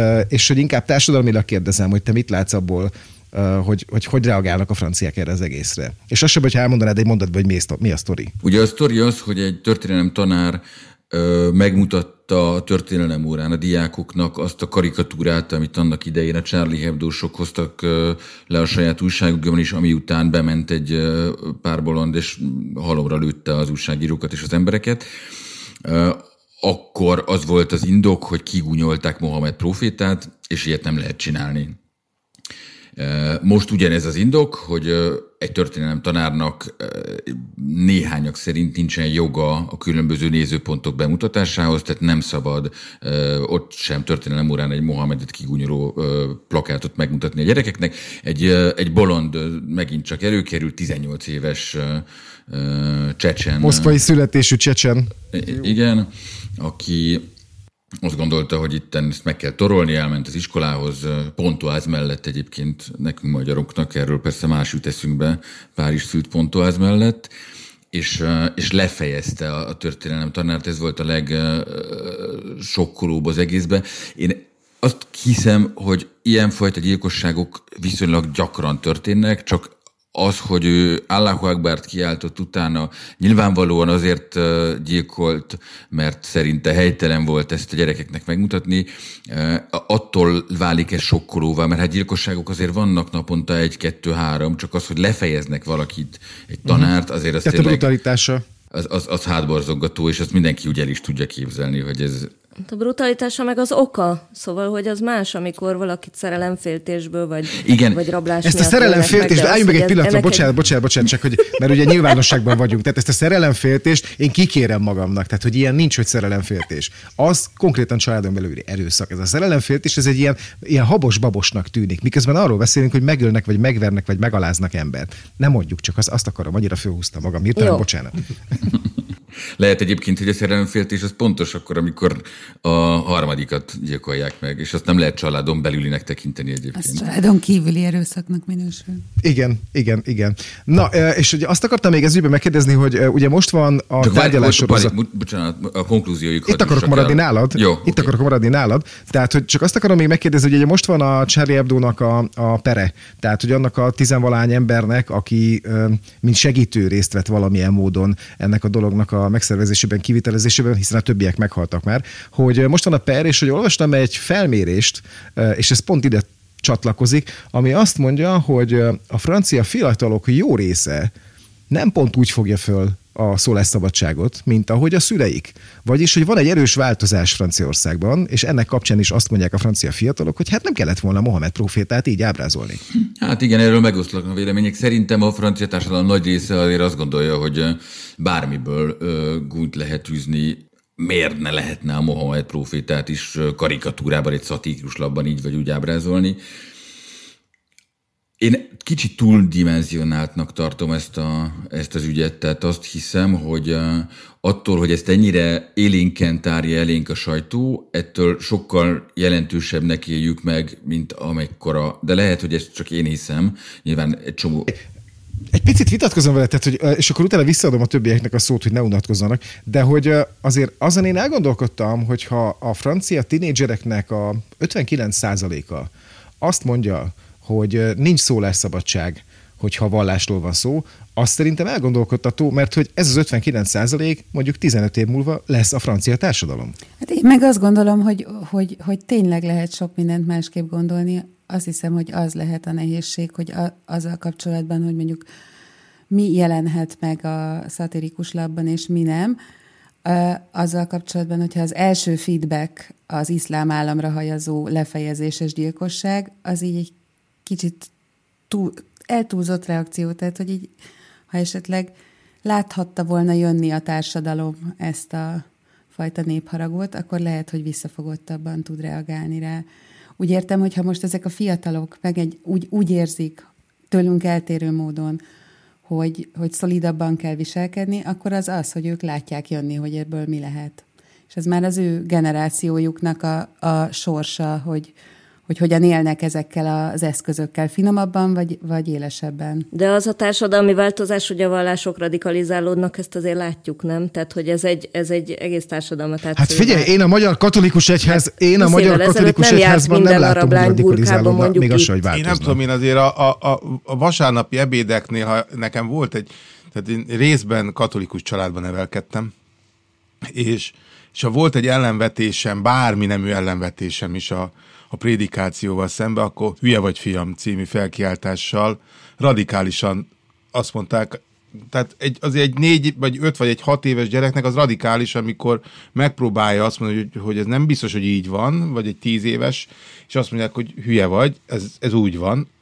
és hogy inkább társadalmilag kérdezem, hogy te mit látsz abból, hogy, hogy hogy reagálnak a franciák erre az egészre. És azt sem, hogyha elmondanád egy mondatban, hogy mi, mi a sztori. Ugye a sztori az, hogy egy történelem tanár ö, megmutatta a történelem órán a diákoknak azt a karikatúrát, amit annak idején a Charlie Hebdo-sok hoztak ö, le a saját újságokban is, ami után bement egy ö, pár bolond, és halomra lőtte az újságírókat és az embereket. Ö, akkor az volt az indok, hogy kigúnyolták Mohamed profétát, és ilyet nem lehet csinálni. Most ugyanez az indok, hogy egy történelem tanárnak néhányak szerint nincsen joga a különböző nézőpontok bemutatásához, tehát nem szabad ott sem történelem órán egy Mohamedet kigúnyoló plakátot megmutatni a gyerekeknek. Egy, egy bolond megint csak előkerült, tizennyolc éves csecsen. Moszkvai születésű csecsen. Igen, aki azt gondolta, hogy itt ezt meg kell torolni, elment az iskolához, Pontoise mellett egyébként nekünk magyaroknak, erről persze más jut eszünkbe, Párizs szült Pontoise mellett, és, és lefejezte a, a történelem tanárt, ez volt a legsokkolóbb az egészben. Én azt hiszem, hogy ilyenfajta gyilkosságok viszonylag gyakran történnek, csak az, hogy ő Allahu Akbart kiáltott utána, nyilvánvalóan azért gyilkolt, mert szerinte helytelen volt ezt a gyerekeknek megmutatni, attól válik ez sokkolóvá, mert hát gyilkosságok azért vannak naponta egy, kettő, három, csak az, hogy lefejeznek valakit, egy tanárt, azért az tényleg... Tehát a brutalitása. Az, az, az hátborzongató, és azt mindenki úgy el is tudja képzelni, hogy ez... A brutalitása meg az oka, szóval, hogy az más, amikor valakit szerelemféltésből, vagy, igen. vagy rablás ezt a szerelemféltést, álljunk meg egy pillanatra, bocsánat, bocsánat, bocsánat, csak hogy, mert ugye nyilvánosságban vagyunk, tehát ezt a szerelemféltést én kikérem magamnak, tehát hogy ilyen nincs, hogy szerelemféltés. Az konkrétan családon belüli erőszak. Ez a szerelemféltés, ez egy ilyen, ilyen habos-babosnak tűnik, miközben arról beszélünk, hogy megölnek, vagy megvernek, vagy megaláznak embert. Nem mondjuk, csak azt, azt akarom, annyira fölhúztam magam, hirtelen, bocsánat. Lehet egyébként, hogy a szerelemféltés az pontos akkor, amikor a harmadikat gyilkolják meg, és azt nem lehet családon belülinek tekinteni egyébként. Az családon kívüli erőszaknak minősül. Igen, igen, igen. Na, és ugye azt akartam még ez ügyben megkérdezni, hogy ugye most van a Csak tárgyalássorozat... Várj, bocsánat, a konklúziójuk... Itt akarok maradni el. nálad. Jó, Itt okay. akarok maradni nálad. Tehát, hogy csak azt akarom még megkérdezni, hogy ugye most van a Charlie Hebdónak a, a pere. Tehát, hogy annak a tizenvalány embernek, aki mint segítő részt vett valamilyen módon ennek a dolognak a megszervezésében, kivitelezésében, hiszen a többiek meghaltak már, hogy most van a per, és hogy olvastam egy felmérést, és ez pont ide csatlakozik, ami azt mondja, hogy a francia fiatalok jó része nem pont úgy fogja föl a szólásszabadságot, mint ahogy a szüleik. Vagyis, hogy van egy erős változás Franciaországban, és ennek kapcsán is azt mondják a francia fiatalok, hogy hát nem kellett volna Mohamed prófétát így ábrázolni. Hát igen, erről megoszlak a vélemények. Szerintem a francia társadalom nagy része azért azt gondolja, hogy bármiből gúnyt lehet űzni, miért ne lehetne a Mohamed prófétát is karikatúrában, egy szatirikus labban így vagy úgy ábrázolni. Én kicsit túldimenzionáltnak tartom ezt, a, ezt az ügyet, tehát azt hiszem, hogy attól, hogy ezt ennyire élénken tárja elénk a sajtó, ettől sokkal jelentősebbnek éljük meg, mint amekkora. De lehet, hogy ezt csak én hiszem, nyilván egy csomó... Egy picit vitatkozom vele, tehát, hogy, és akkor utána visszaadom a többieknek a szót, hogy ne unatkozzanak, de hogy azért azon én elgondolkodtam, hogyha a francia tinédzsereknek a ötvenkilenc százaléka azt mondja, hogy nincs szólásszabadság, hogyha vallásról van szó, azt szerintem elgondolkodtató, mert hogy ez az ötvenkilenc százalék mondjuk tizenöt év múlva lesz a francia társadalom. Hát én meg azt gondolom, hogy, hogy, hogy tényleg lehet sok mindent másképp gondolni. Azt hiszem, hogy az lehet a nehézség, hogy a, azzal kapcsolatban, hogy mondjuk mi jelenhet meg a szatirikus labban, és mi nem. Azzal kapcsolatban, hogyha az első feedback az iszlám államra hajazó lefejezéses gyilkosság, az így egy kicsit túl, eltúlzott reakció, tehát hogy így, ha esetleg láthatta volna jönni a társadalom ezt a fajta népharagot, akkor lehet, hogy visszafogottabban tud reagálni rá. Úgy értem, hogy ha most ezek a fiatalok meg egy, úgy, úgy érzik tőlünk eltérő módon, hogy, hogy szolidabban kell viselkedni, akkor az az, hogy ők látják jönni, hogy ebből mi lehet. És ez már az ő generációjuknak a, a sorsa, hogy, hogy hogyan élnek ezekkel az eszközökkel, finomabban vagy, vagy élesebben. De az a társadalmi változás, hogy a vallások radikalizálódnak, ezt azért látjuk, nem? Tehát, hogy ez egy, ez egy egész társadalmat átszívás. Hát figyelj, én a Magyar Katolikus Egyház, hát, én a Magyar Katolikus Egyházban nem látom, hogy radikalizálódnak, még az, hogy változnak. Én nem tudom, én azért a, a, a, a vasárnapi ebédeknél, ha nekem volt egy, tehát én részben katolikus családban nevelkedtem, és, és ha volt egy ellenvetésem, bármi nemű ellenvetésem is a a prédikációval szembe, akkor Hülye vagy fiam című felkiáltással radikálisan azt mondták, tehát egy, azért egy négy, vagy öt, vagy egy hat éves gyereknek az radikális, amikor megpróbálja azt mondani, hogy, hogy ez nem biztos, hogy így van, vagy egy tíz éves, és azt mondják, hogy hülye vagy, ez, ez úgy van,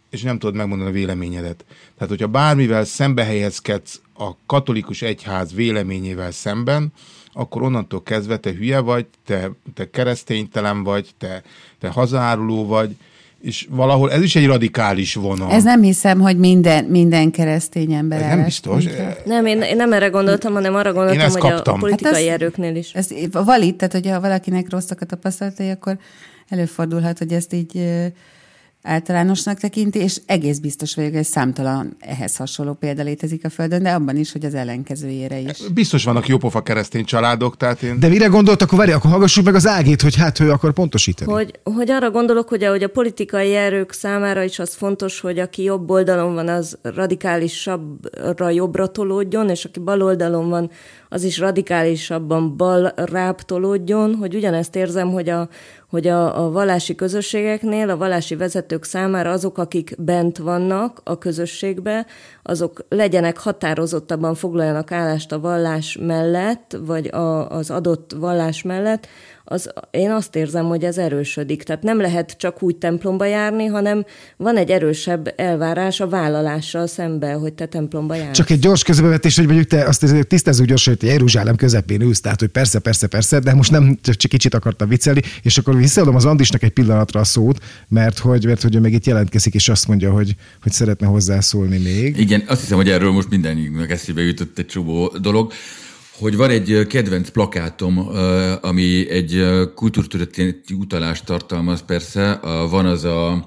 és nem tudod megmondani a véleményedet. Tehát, hogyha bármivel szembe helyezkedsz a katolikus egyház véleményével szemben, akkor onnantól kezdve te hülye vagy, te, te kereszténytelen vagy, te, te hazaáruló vagy, és valahol ez is egy radikális vonal. Ez nem hiszem, hogy minden, minden keresztény ember ez nem biztos. Nem, én, én nem erre gondoltam, hanem arra gondoltam, hogy a, a politikai hát erőknél is. Ez valid, tehát hogyha valakinek rosszak a tapasztalatai, akkor előfordulhat, hogy ezt így általánosnak tekinti, és egész biztos vagyok, hogy számtalan ehhez hasonló példa létezik a Földön, de abban is, hogy az ellenkezőjére is. Biztos vannak jópofa keresztény családok, tehát én... De mire gondolt, akkor várj, akkor hallgassuk meg az Ágét, hogy hát ő akar pontosítani. Hogy, hogy arra gondolok, hogy ahogy a politikai erők számára is az fontos, hogy aki jobb oldalon van, az radikálisabbra jobbra tolódjon, és aki bal oldalon van, az is radikálisabban balrább tolódjon, hogy ugyanezt érzem, hogy a hogy a, a vallási közösségeknél, a vallási vezetők számára azok, akik bent vannak a közösségbe, azok legyenek határozottabban, foglaljanak állást a vallás mellett, vagy a, az adott vallás mellett, az, én azt érzem, hogy ez erősödik. Tehát nem lehet csak úgy templomba járni, hanem van egy erősebb elvárás a vállalással szemben, hogy te templomba jársz. Csak egy gyors közbevetés, hogy mondjuk te azt tisztázzuk gyorsan, hogy te Jeruzsálem közepén ülsz, tehát hogy persze, persze, persze, de most nem csak kicsit akartam viccelni, és akkor visszaadom az Andisnak egy pillanatra a szót, mert hogy, mert hogy ő meg itt jelentkezik, és azt mondja, hogy, hogy szeretne hozzászólni még. Igen, azt hiszem, hogy erről most mindenkinek eszébe jutott egy csomó dolog. Hogy van egy kedvenc plakátom, ami egy kultúrtörténeti utalást tartalmaz persze, van az a,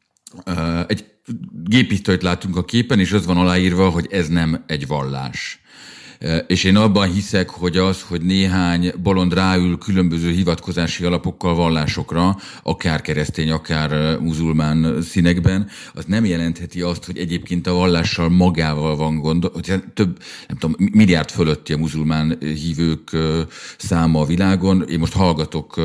egy géppisztolyt látunk a képen, és az van aláírva, hogy ez nem egy vallás. És én abban hiszek, hogy az, hogy néhány bolond ráül különböző hivatkozási alapokkal vallásokra, akár keresztény, akár muzulmán színekben, az nem jelentheti azt, hogy egyébként a vallással magával van gond, hogy több, nem tudom, milliárd fölötti a muzulmán hívők száma a világon. Én most hallgatok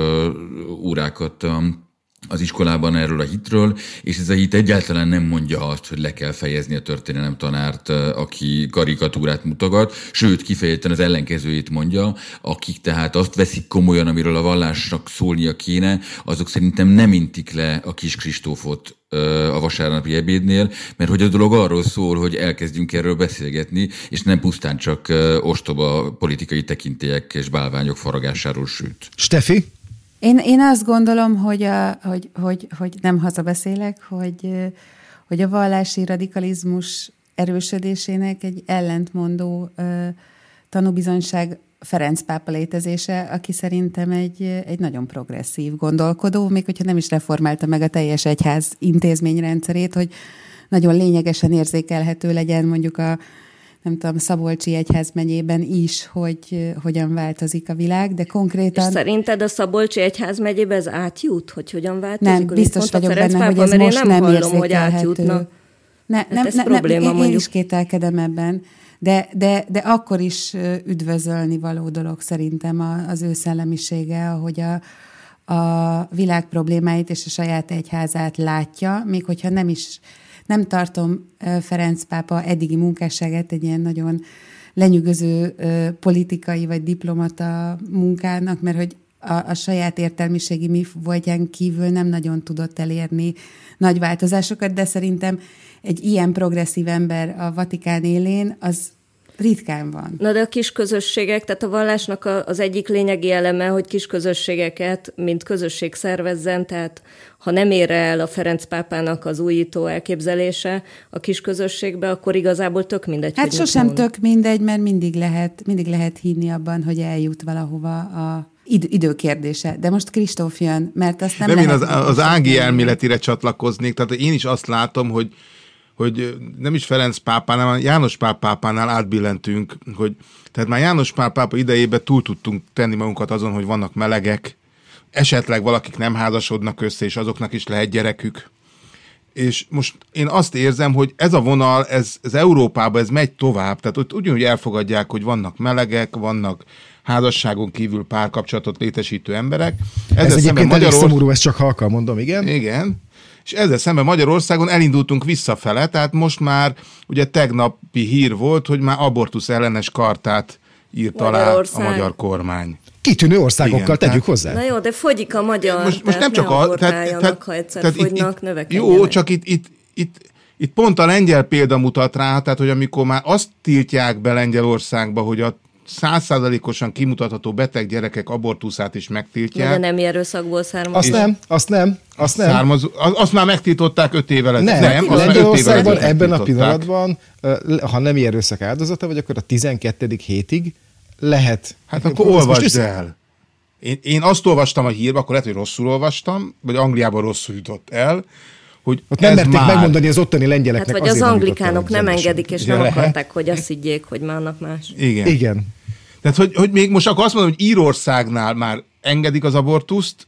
órákat az iskolában erről a hitről, és ez a hit egyáltalán nem mondja azt, hogy le kell fejezni a történelemtanárt, aki karikatúrát mutogat, sőt, kifejezetten az ellenkezőjét mondja, akik tehát azt veszik komolyan, amiről a vallásnak szólnia kéne, azok szerintem nem intik le a Kis Kristófot a vasárnapi ebédnél, mert hogy a dolog arról szól, hogy elkezdjünk erről beszélgetni, és nem pusztán csak ostoba politikai tekintélyek és bálványok faragásáról sőt. Steffi? Én, én azt gondolom, hogy, a, hogy, hogy, hogy nem hazabeszélek, hogy, hogy a vallási radikalizmus erősödésének egy ellentmondó uh, tanúbizonyság Ferenc pápa létezése, aki szerintem egy, egy nagyon progresszív gondolkodó, még hogyha nem is reformálta meg a teljes egyház intézményrendszerét, hogy nagyon lényegesen érzékelhető legyen mondjuk a nem tudom, Szabolcsi egyházmegyében is, hogy hogyan változik a világ, de konkrétan... És szerinted a Szabolcsi egyházmegyében ez átjut? Hogy hogyan változik? Nem, biztos vagyok benne, pápa, hogy ez most nem, nem érzékelhető. Hogy átjutna. Ne, hát nem, ez ne, probléma, nem, én, én is kételkedem ebben, de, de, de akkor is üdvözölni való dolog szerintem az ő szellemisége, ahogy a, a világ problémáit és a saját egyházát látja, még hogyha nem is nem tartom Ferenc pápa eddigi munkásságát egy ilyen nagyon lenyűgöző politikai vagy diplomata munkának, mert hogy a, a saját értelmiségi mi voltján kívül nem nagyon tudott elérni nagy változásokat, de szerintem egy ilyen progresszív ember a Vatikán élén, az ritkán van. Na de a kis közösségek, tehát a vallásnak az egyik lényegi eleme, hogy kis közösségeket, mint közösség szervezzen, tehát ha nem ér el a Ferenc pápának az újító elképzelése a kis közösségbe, akkor igazából tök mindegy. Hát sosem tök mindegy, mert mindig lehet, mindig lehet hinni abban, hogy eljut valahova a id- időkérdése. De most Kristóf jön, mert azt nem Nem, lehet... én az, az Ági elméletire csatlakoznék, tehát én is azt látom, hogy hogy nem is Ferenc pápánál, hanem János Pál pápánál átbillentünk, hogy tehát már János Pál pápa idejében túl tudtunk tenni magunkat azon, hogy vannak melegek, esetleg valakik nem házasodnak össze, és azoknak is lehet gyerekük. És most én azt érzem, hogy ez a vonal, ez, ez Európában, ez megy tovább, tehát ott ugyanúgy elfogadják, hogy vannak melegek, vannak házasságon kívül párkapcsolatot létesítő emberek. Ezzel ez egyébként Magyarország... elég szomorú, ezt csak halkan mondom, igen? Igen. És ezzel szemben Magyarországon elindultunk visszafele, tehát most már ugye tegnapi hír volt, hogy már abortusz ellenes kartát írt alá a magyar kormány. Kitűnő országokkal igen, tegyük tehát, hozzá. Na jó, de fogyik a magyar, most, most nem csak a, tehát, tehát, tehát, ha egyszer tehát fogynak, itt, növekedjenek. Jó, csak itt, itt, itt itt pont a lengyel példa mutat rá, tehát hogy amikor már azt tiltják be Lengyelországba, hogy a száz százalékosan kimutatható beteg gyerekek abortuszát is megtiltják. De nem erőszakból származó. Azt nem, azt nem, azt nem. Származó, azt már megtiltották öt évvel ezelőtt. Nem, nem Lengyelországban ebben a pillanatban, ha nem erőszak áldozata vagy, akkor a tizenkettedik hétig lehet. Hát akkor olvasd el. Én, én azt olvastam a hírba, akkor lehet, hogy rosszul olvastam, vagy Angliában rosszul jutott el, hogy ott nem merték már... megmondani az ottani lengyeleknek. Hát vagy az anglikánok nem rendes. engedik, és Ugye nem lehet? akarták, hogy azt higgyék, hogy már annak más. Igen. Igen. Tehát, hogy, hogy még most akkor azt mondom, hogy Írországnál már engedik az abortuszt,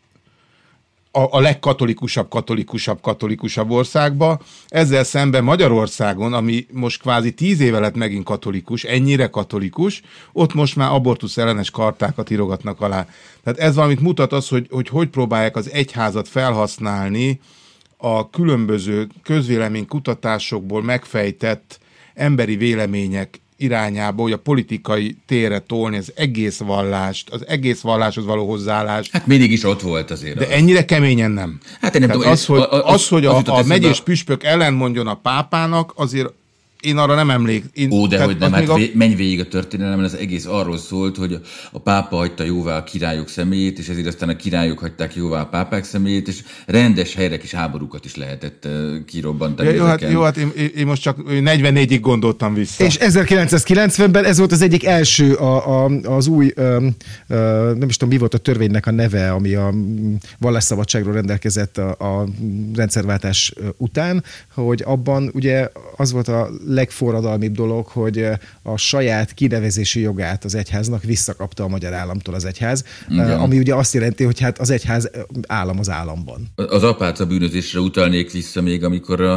a, a legkatolikusabb, katolikusabb, katolikusabb országba, ezzel szemben Magyarországon, ami most kvázi tíz éve lett megint katolikus, ennyire katolikus, ott most már abortusz ellenes kartákat írogatnak alá. Tehát ez valamit mutat az, hogy hogy, hogy próbálják az egyházat felhasználni a különböző közvéleménykutatásokból megfejtett emberi vélemények irányába, hogy a politikai térre tolni az egész vallást, az egész valláshoz való hozzáállást. Hát mindig is ott volt azért. De az. ennyire keményen nem. Hát én nem tudom. Az, hogy, az, az, hogy a, az a megyés püspök ellenmondjon a pápának, azért én arra nem emlék. Én, Ó, de hogy nem, hát a... vé, menj végig a történelemben, ez egész arról szólt, hogy a pápa hagyta jóvá a királyok személyét, és ezért aztán a királyok hagyták jóvá a pápák személyét, és rendes helyre kis háborúkat is lehetett uh, kirobbantani. Ja, jó, hát, jó, hát én, én most csak negyvennégyig gondoltam vissza. És ezerkilencszázkilencvenben ez volt az egyik első a, a, az új, ö, ö, nem is tudom, mi volt a törvénynek a neve, ami a vallásszabadságról rendelkezett a, a rendszerváltás után, hogy abban ugye az volt a legforradalmibb dolog, hogy a saját kinevezési jogát az egyháznak visszakapta a magyar államtól az egyház, igen. Ami ugye azt jelenti, hogy hát az egyház állam az államban. Az apáca bűnözésre utalnék vissza még, amikor a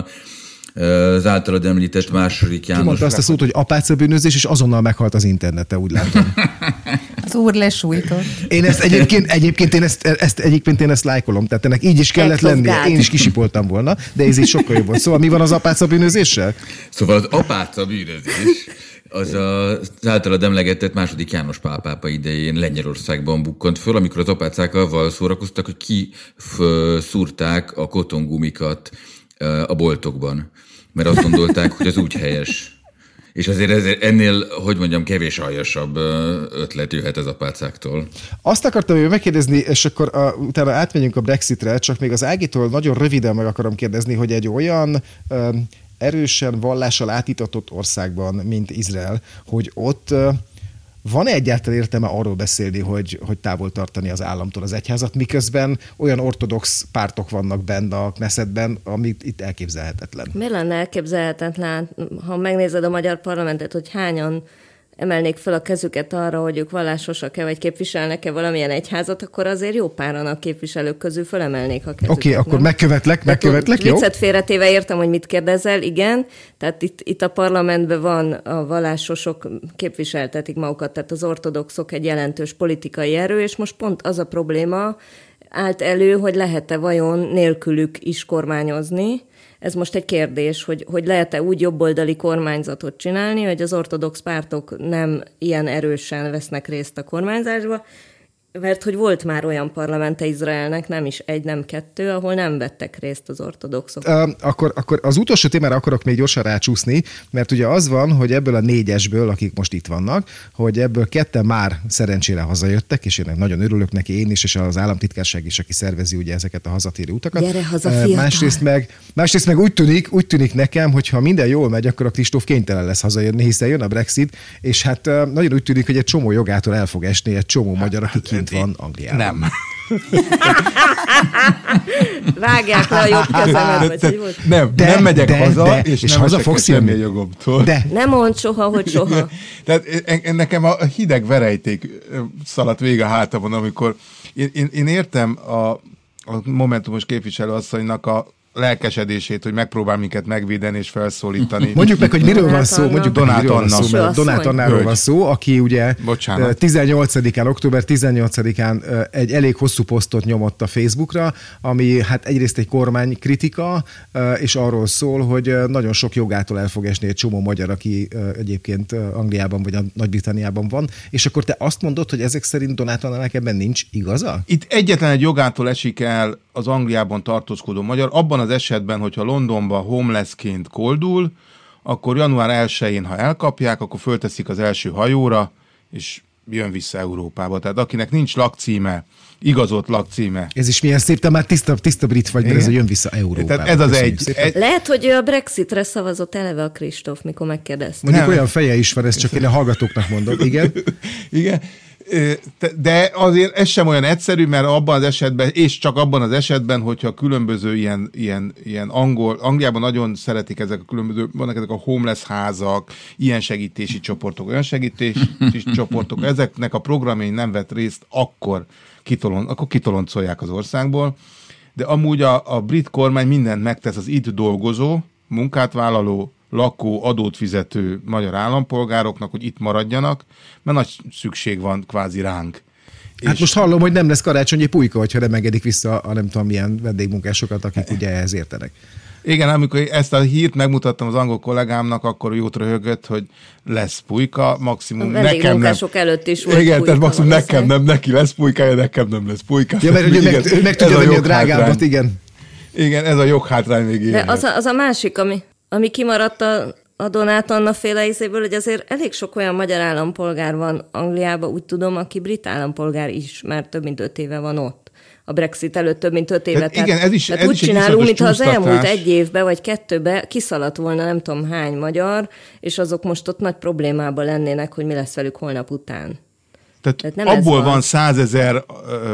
az általad említett második János... Ki mondta azt a szót, hogy apáca bűnözés, és azonnal meghalt az interneten, úgy látom. Az úr lesújtott. Én ezt egyébként, egyébként én ezt, ezt, egyébként én ezt lájkolom, tehát ennek így is kellett lennie. Én is kisipoltam volna, de ez így sokkal jobb volt. Szóval mi van az apáca bűnözéssel? Szóval az apáca bűnözés az az általad emlegetett második János Pál pápa idején Lengyelországban bukkant föl, amikor az apácák avval szórakoztak, hogy kiszúrták a kotongumikat a boltokban, mert azt gondolták, hogy az úgy helyes. És azért ez, ennél, hogy mondjam, kevés aljasabb ötlet jöhet az apácáktól. Azt akartam hogy megkérdezni, és akkor a, utána átmegyünk a Brexitre, csak még az Ágitól nagyon röviden meg akarom kérdezni, hogy egy olyan um, erősen vallással átítatott országban, mint Izrael, hogy ott uh, van-e egyáltalán értelme arról beszélni, hogy, hogy távol tartani az államtól az egyházat, miközben olyan ortodox pártok vannak benne a Knessetben, amit itt elképzelhetetlen? Miért lenne elképzelhetetlen, ha megnézed a magyar parlamentet, hogy hányan emelnék fel a kezüket arra, hogy ők vallásosak-e, vagy képviselnek-e valamilyen egyházat, akkor azért jó páran a képviselők közül fölemelnék a kezüket. Oké, okay, akkor megkövetlek, megkövetlek, jó? Viccet félretéve értem, hogy mit kérdezel, igen. Tehát itt, itt a parlamentben van a vallásosok, képviseltetik magukat, tehát az ortodoxok egy jelentős politikai erő, és most pont az a probléma állt elő, hogy lehet-e vajon nélkülük is kormányozni. Ez most egy kérdés, hogy, hogy lehet-e úgy jobboldali kormányzatot csinálni, hogy az ortodox pártok nem ilyen erősen vesznek részt a kormányzásba, mert hogy volt már olyan parlamente Izraelnek, nem is egy, nem kettő, ahol nem vettek részt az ortodoxok. Uh, akkor, akkor az utolsó témára akarok még gyorsan rácsúszni, mert ugye az van, hogy ebből a négyesből, akik most itt vannak, hogy ebből ketten már szerencsére hazajöttek, és én nagyon örülök neki, én is, és az államtitkárság is, aki szervezi ugye ezeket a hazatérő utakat. Gyere haza, uh, fiatal! Másrészt meg, másrészt meg úgy tűnik, úgy tűnik nekem, hogy ha minden jól megy, akkor a Kristóf kénytelen lesz hazajönni, hiszen jön a Brexit, és hát uh, nagyon úgy tűnik, hogy egy csomó jogától el fog esni egy csomó magyar, aki kint van Angliában. Nem. Vágják le a jobb kezemet, vagy hogy volt? Nem, de, nem megyek de, haza, de, és, és nem haza veszek fogsz semmi jönni. a jogomtól. De. Nem mondd soha, hogy soha. Tehát nekem a hideg verejték szaladt végig a hátamon, amikor én, én, én értem a, a Momentumos képviselőasszonynak a lelkesedését, hogy megpróbál minket megvédeni és felszólítani. Mondjuk meg, hogy miről van szó, mondjuk Donát meg, Anna. van szó, mert Donát Annáról van szó, aki ugye Bocsánat. tizennyolcadikán, október tizennyolcadikán egy elég hosszú posztot nyomott a Facebookra, ami hát egyrészt egy kormánykritika, és arról szól, hogy nagyon sok jogától el fog esni egy csomó magyar, aki egyébként Angliában vagy a Nagy-Britanniában van, és akkor te azt mondod, hogy ezek szerint Donát Annának ebben nincs igaza? Itt egyetlen egy jogától esik el az Angliában tartózkodó magyar, abban az esetben, hogyha Londonban homelessként koldul, akkor január elsején, ha elkapják, akkor fölteszik az első hajóra, és jön vissza Európába. Tehát akinek nincs lakcíme, igazolt lakcíme. Ez is milyen szép, te már tiszta, tiszta brit vagy, mert ez a jön vissza Európába. Tehát ez az egy, egy... Lehet, hogy ő a Brexitre szavazott eleve a Kristóf, mikor megkérdezte. Mondjuk nem. Olyan feje is van, ezt csak én a hallgatóknak mondom. Igen. Igen. De azért ez sem olyan egyszerű, mert abban az esetben, és csak abban az esetben, hogyha különböző ilyen, ilyen, ilyen angol, Angliában nagyon szeretik ezek a különböző, vannak ezek a homeless házak, ilyen segítési csoportok, olyan segítési csoportok, ezeknek a programjain nem vett részt, akkor, kitolon, akkor kitoloncolják az országból, de amúgy a, a brit kormány mindent megtesz az itt dolgozó, munkát vállaló, lakó, adót fizető magyar állampolgároknak, hogy itt maradjanak, mert nagy szükség van kvázi ránk. Hát és most hallom, hogy nem lesz karácsonyi pulyka, hogyha nem engedik vissza a nem tudom milyen vendégmunkásokat, akik ugye ehhez értenek. Igen, amikor ezt a hírt megmutattam az angol kollégámnak, akkor jót röhögött, hogy lesz pulyka, maximum a nekem nem. előtt is volt igen, pulyka. Tehát maximum nekem nem, neki lesz pulykája, nekem nem lesz pulyka. Ja, mert hogy ő meg, ő meg tudja venni a drágábbat, igen. Igen, ez a joghátrány még De az a, az a másik, ami, ami kimaradt a, a Donát Anna féle ízéből, hogy azért elég sok olyan magyar állampolgár van Angliában, úgy tudom, aki brit állampolgár is, már több mint öt éve van ott. A Brexit előtt több mint öt éve. Tehát, tehát igen, ez is, tehát ez úgy is csinálunk, mintha az csúsztatás. elmúlt egy évben vagy kettőben kiszaladt volna nem tudom hány magyar, és azok most ott nagy problémában lennének, hogy mi lesz velük holnap után. Tehát, tehát nem abból van százezer uh,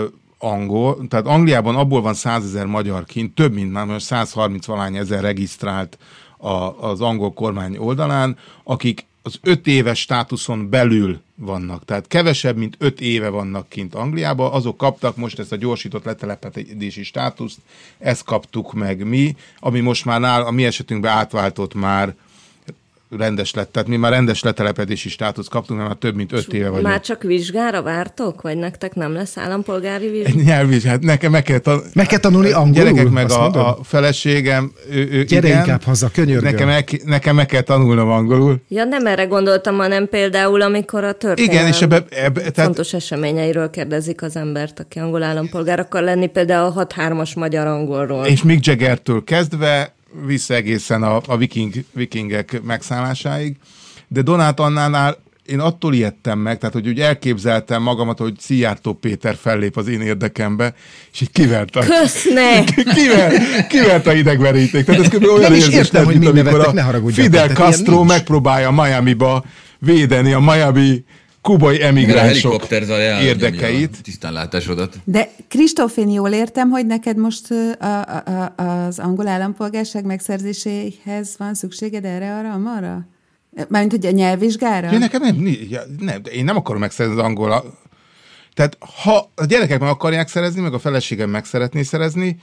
angol, tehát Angliában abból van százezer magyar kint, több mint már százharminc valány ezer regisztrált a, az angol kormány oldalán, akik az öt éves státuszon belül vannak. Tehát kevesebb, mint öt éve vannak kint Angliában, azok kaptak most ezt a gyorsított letelepedési státuszt, ezt kaptuk meg mi, ami most már nál, a mi esetünkben átváltott már rendes lett, tehát mi már rendes letelepedési státuszt kaptunk, mert már több mint öt éve vagyunk. Már csak vizsgára vártok? Vagy nektek nem lesz állampolgári vizsgára? Nyelvvizsgát, nekem meg kell, tan- meg kell tanulni angolul. Gyerekek meg a, a feleségem, ő, ő gyere igen, inkább haza, könyörgöm. Nekem, meg, nekem meg kell tanulnom angolul. Ja, nem erre gondoltam, hanem például, amikor a történelem igen, és ebbe, ebbe, tehát... fontos eseményeiről kérdezik az embert, aki angol állampolgár akar lenni, például a hat hármas magyar angolról. És Mick Jaggertől kezdve vissza egészen a, a viking, vikingek megszállásáig. De Donát Annánál én attól ijedtem meg, tehát hogy úgy elképzeltem magamat, hogy Szijjártó Péter fellép az én érdekembe, és így kivert a... Köszne! kivert, kivert a idegveríték. Tehát ez kb. Olyan érzés, értem, hogy mind nevettek, ne haragudjatok. Fidel Castro megpróbálja Miamiba védeni a Miami kubai emigránsok érdekeit. Tisztánlátásodat. De Kristóf, én jól értem, hogy neked most a, a, az angol állampolgárság megszerzéséhez van szükséged erre, arra, arra? Mármint, hogy a nyelvvizsgára? Ja, nekem nem, nem, én nem akarom megszerezni az angol. Tehát ha a gyerekek meg akarják szerezni, meg a feleségem meg szeretné szerezni,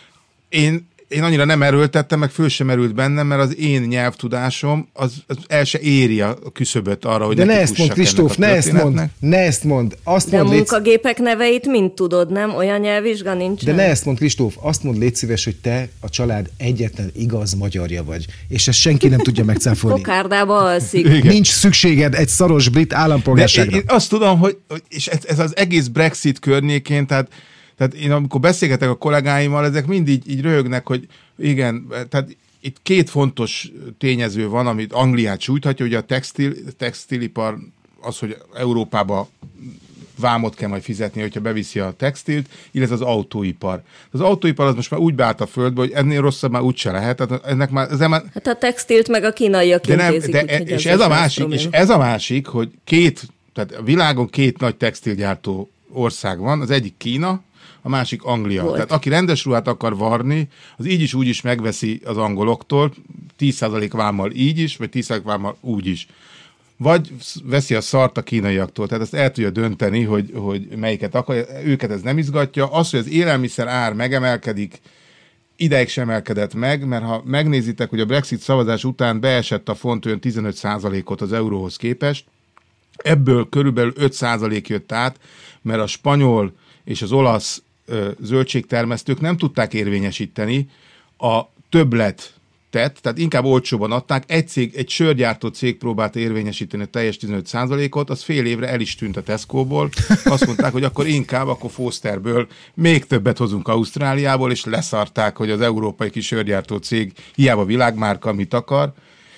én Én annyira nem erőltettem, meg föl sem erült bennem, mert az én nyelvtudásom az, az el se éri a küszöböt arra, hogy de ne ezt mond, Kristóf, ne ezt mond, ne ezt mond. Azt de mond, a munkagépek légy... neveit mind tudod, nem? Olyan nyelvvizsga nincs. De ne ezt mond, Kristóf, azt mond, légy szíves, hogy te a család egyetlen igaz magyarja vagy, és ezt senki nem tudja megcáfolni. Kokárdába alszik. Igen. Nincs szükséged egy szaros brit állampolgárságra. Én, én azt tudom, hogy és ez, ez az egész Brexit környékén, tehát Tehát én amikor beszélgetek a kollégáimmal, ezek mindig így röhögnek, hogy igen, tehát itt két fontos tényező van, amit Angliát sújthatja, ugye a textil, textilipar, az, hogy Európába vámot kell majd fizetni, hogyha beviszi a textilt, illetve az autóipar. Az autóipar az most már úgy beállt a földbe, hogy ennél rosszabb már úgyse lehet. Tehát ennek már, ez már... Hát a textilt meg a kínaiak de nem, intézik. De, úgy, és, ez a másik, és ez a másik, hogy két, tehát a világon két nagy textilgyártó ország van, az egyik Kína, a másik Anglia. Volt. Tehát aki rendes ruhát akar varni, az így is úgy is megveszi az angoloktól, tíz százalék vámmal így is, vagy tíz százalék vámmal úgy is. Vagy veszi a szart a kínaiaktól, tehát ezt el tudja dönteni, hogy, hogy melyiket akar, őket ez nem izgatja. Az, hogy az élelmiszer ár megemelkedik, ideig sem emelkedett meg, mert ha megnézitek, hogy a Brexit szavazás után beesett a font olyan tizenöt százalékot az euróhoz képest, ebből körülbelül öt százalék jött át, mert a spanyol és az olasz ö, zöldségtermesztők nem tudták érvényesíteni a többlet tett, tehát inkább olcsóban adták. Egy cég, egy sörgyártó cég próbált érvényesíteni a teljes tizenöt százalékot, az fél évre el is tűnt a Tesco-ból. Azt mondták, hogy akkor inkább, akkor Fosterből még többet hozunk Ausztráliából, és leszarták, hogy az európai kis sörgyártó cég hiába világmárka, mit akar,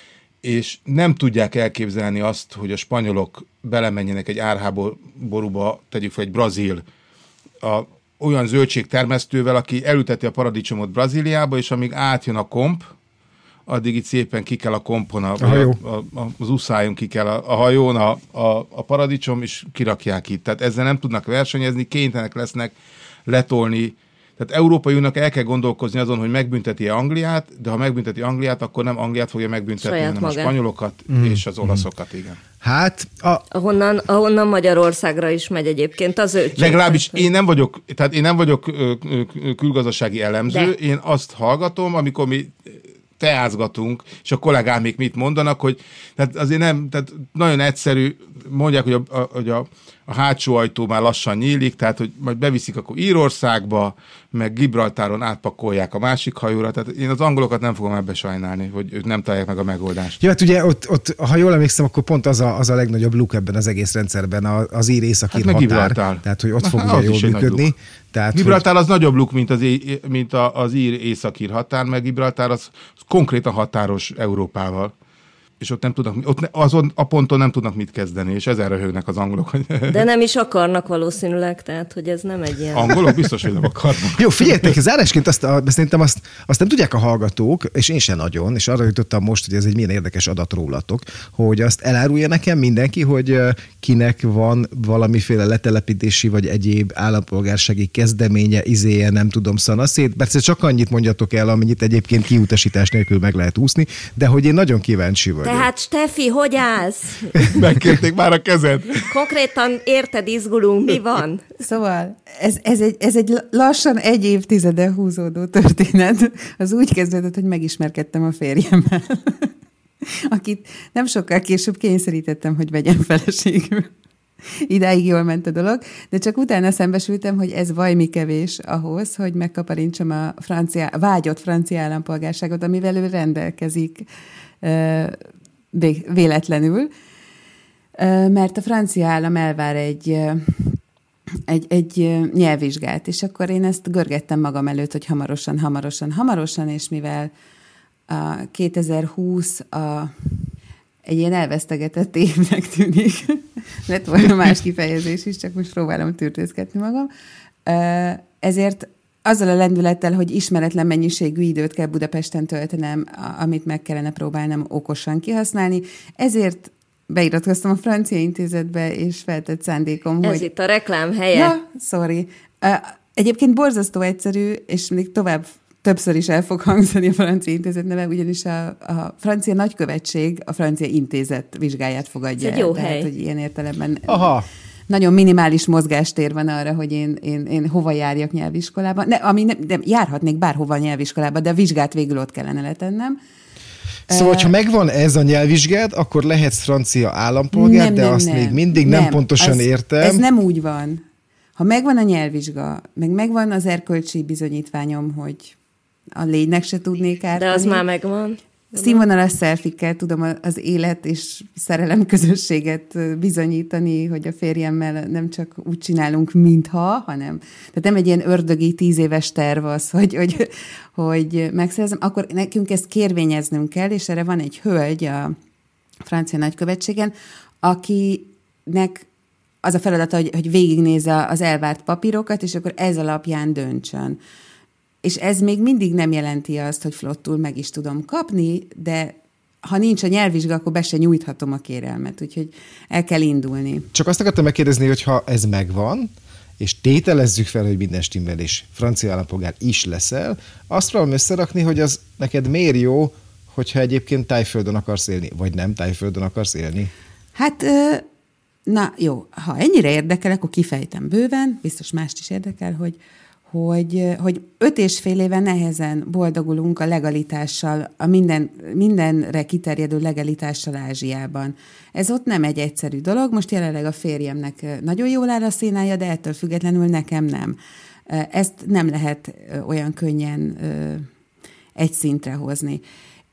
és nem tudják elképzelni azt, hogy a spanyolok belemenjenek egy árháborúba, tegyük fel egy brazil, a, olyan zöldségtermesztővel, aki elülteti a paradicsomot Brazíliába, és amíg átjön a komp, addig itt szépen ki kell a kompon, a, a, a, a, az uszájon ki kell a, a hajón a, a, a paradicsom, és kirakják itt. Tehát ezzel nem tudnak versenyezni, kénytelenek lesznek letolni. Tehát Európai Uniónak el kell gondolkozni azon, hogy megbünteti Angliát, de ha megbünteti Angliát, akkor nem Angliát fogja megbüntetni, saját hanem magát. A spanyolokat mm. és az olaszokat, igen. Hát, a... ahonnan, ahonnan Magyarországra is megy egyébként az zöldség. Legalábbis én nem vagyok, tehát én nem vagyok ö, ö, külgazdasági elemző, de. Én azt hallgatom, amikor mi teázgatunk, és a kollégám még mit mondanak, hogy tehát azért nem, tehát nagyon egyszerű, mondják, hogy a, a, hogy a, a hátsó ajtó már lassan nyílik, tehát hogy majd beviszik akkor Írországba, meg Gibraltáron átpakolják a másik hajóra, tehát én az angolokat nem fogom ebbe sajnálni, hogy ők nem találják meg a megoldást. Ja, hát ugye ott, ott, ha jól emlékszem, akkor pont az a, az a legnagyobb luk ebben az egész rendszerben, az ír északír hát határ. Gibraltár. Tehát, hogy ott fog ugye jól működni. Tehát, Gibraltár hogy... az nagyobb luk, mint az, mint az ír északír határ, meg Gibraltár az, az konkrétan határos Európával. És ott nem tudnak, ott azon a ponton nem tudnak mit kezdeni, és ezen röhögnek az angolok. De nem is akarnak valószínűleg, tehát hogy ez nem egy ilyen... Angolok biztos, hogy nem akarnak. Jó, figyeljetek, zárásként azt, szerintem azt, azt nem tudják a hallgatók, és én sem nagyon, és arra jutottam most, hogy ez egy milyen érdekes adat rólatok, hogy azt elárulja nekem mindenki, hogy kinek van valamiféle letelepítési vagy egyéb állampolgársági kezdeménye, izéje, nem tudom, szanaszét. Persze csak annyit mondjatok el, amennyit egyébként kiutasítás nélkül meg lehet úszni, de hogy én nagyon kíváncsi vagyok. Tehát Steffi, hogy állsz? Megkérték már a kezed. Konkrétan érted, izgulunk, mi van? Szóval ez, ez, egy, ez egy lassan egy évtizede húzódó történet. Az úgy kezdődött, hogy megismerkedtem a férjemmel, akit nem sokkal később kényszerítettem, hogy vegyem feleségül. Idáig jól ment a dolog, de csak utána szembesültem, hogy ez vajmi kevés ahhoz, hogy megkaparintsam a francia, vágyott francia állampolgárságot, amivel ő rendelkezik véletlenül, mert a francia állam elvár egy, egy, egy nyelvvizsgát, és akkor én ezt görgettem magam előtt, hogy hamarosan, hamarosan, hamarosan, és mivel a kétezer-húsz a, egy ilyen elvesztegetett évnek tűnik, lett volna más kifejezés is, csak most próbálom tűrtőzgetni magam, ezért azzal a lendülettel, hogy ismeretlen mennyiségű időt kell Budapesten töltenem, amit meg kellene próbálnom okosan kihasználni. Ezért beiratkoztam a francia intézetbe, és feltett szándékom, Ez hogy... itt a reklám helye. Ja, sorry. Egyébként borzasztó egyszerű, és még tovább többször is el fog hangzani a francia intézet neve, ugyanis a, a francia nagykövetség a francia intézet vizsgáját fogadja. Ez egy jó el. hely. Tehát, hogy ilyen értelemben... Aha. Nagyon minimális mozgástér van arra, hogy én, én, én hova járjak nyelviskolába. Ne, ami ne, de járhatnék bárhova nyelviskolába, de a vizsgát végül ott kellene letennem. Szóval, uh, ha megvan ez a nyelvvizsgád, akkor lehetsz francia állampolgár, nem, de nem, azt nem, még mindig nem, nem pontosan az, értem. Ez nem úgy van. Ha megvan a nyelvvizsga, meg megvan az erkölcsi bizonyítványom, hogy a lénynek se tudnék ártani. De az már megvan. Színvonalas szelfikkel tudom az élet és szerelem közösséget bizonyítani, hogy a férjemmel nem csak úgy csinálunk, mintha, hanem tehát nem egy ilyen ördögi tíz éves terv az, hogy, hogy, hogy megszerezem, akkor nekünk ezt kérvényeznünk kell, és erre van egy hölgy a francia nagykövetségen, akinek az a feladata, hogy, hogy végignézze az elvárt papírokat, és akkor ez alapján döntsön. És ez még mindig nem jelenti azt, hogy flottul meg is tudom kapni, de ha nincs a nyelvvizsga, akkor be se nyújthatom a kérelmet, úgyhogy el kell indulni. Csak azt akartam megkérdezni, hogy ha ez megvan, és tételezzük fel, hogy minden stimmel, és francia állampolgár is leszel, azt próbálom összerakni, hogy az neked miért jó, hogyha egyébként Tájföldön akarsz élni, vagy nem Tájföldön akarsz élni? Hát, na jó, ha ennyire érdekel, akkor kifejtem bőven, biztos mást is érdekel, hogy hogy, hogy öt és fél éve nehezen boldogulunk a legalitással, a minden, mindenre kiterjedő legalitással Ázsiában. Ez ott nem egy egyszerű dolog, most jelenleg a férjemnek nagyon jól áll a színája, de ettől függetlenül nekem nem. Ezt nem lehet olyan könnyen egy szintre hozni.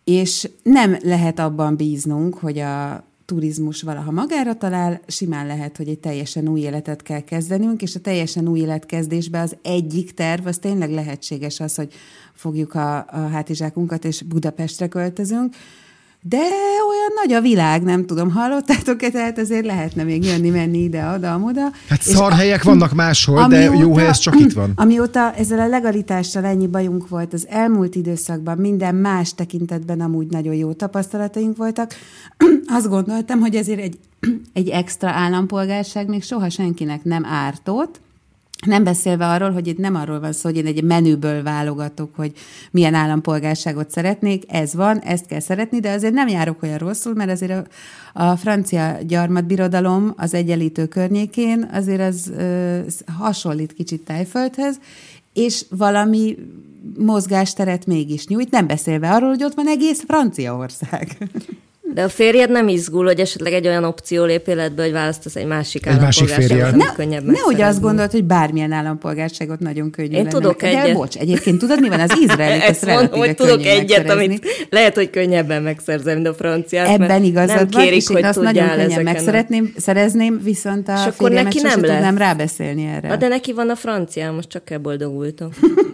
és nem lehet abban bíznunk, hogy a turizmus valaha magára talál, simán lehet, hogy egy teljesen új életet kell kezdenünk, és a teljesen új életkezdésben az egyik terv, az tényleg lehetséges az, hogy fogjuk a, a hátizsákunkat, és Budapestre költözünk, de olyan nagy a világ, nem tudom, hallottátok-e, tehát azért lehetne még jönni, menni ide, oda, amoda. Hát szar helyek vannak máshol, amióta, de jó hely ez csak itt van. Amióta ezzel a legalitással ennyi bajunk volt az elmúlt időszakban, minden más tekintetben amúgy nagyon jó tapasztalataink voltak, azt gondoltam, hogy ezért egy, egy extra állampolgárság még soha senkinek nem ártott. Nem beszélve arról, hogy itt nem arról van szó, hogy én egy menüből válogatok, hogy milyen állampolgárságot szeretnék, ez van, ezt kell szeretni, de azért nem járok olyan rosszul, mert azért a, a francia gyarmatbirodalom az Egyenlítő környékén azért az ö, hasonlít kicsit Tájföldhez, és valami mozgásteret mégis nyújt, nem beszélve arról, hogy ott van egész Franciaország. De a férjed nem izgul, hogy esetleg egy olyan opció lép életbe, hogy választasz egy másik egy állampolgárságot, ne, könnyebb nehogy azt gondolt, hogy bármilyen állampolgárságot nagyon könnyű Én lenne. tudok De egyet. bocs, egyébként tudod, mi van? Az izraelit, ezt relatíve hogy tudok könnyű egyet, megszerezni. amit lehet, hogy könnyebben megszerzem, de a franciát, Ebben igazad nem van, kérik, és hogy én azt nagyon könnyen ezeken megszeretném, a... szerezném, viszont a férjemet sose tudnám rábeszélni erre. Na, de neki van a francia, most csak kell boldogultam.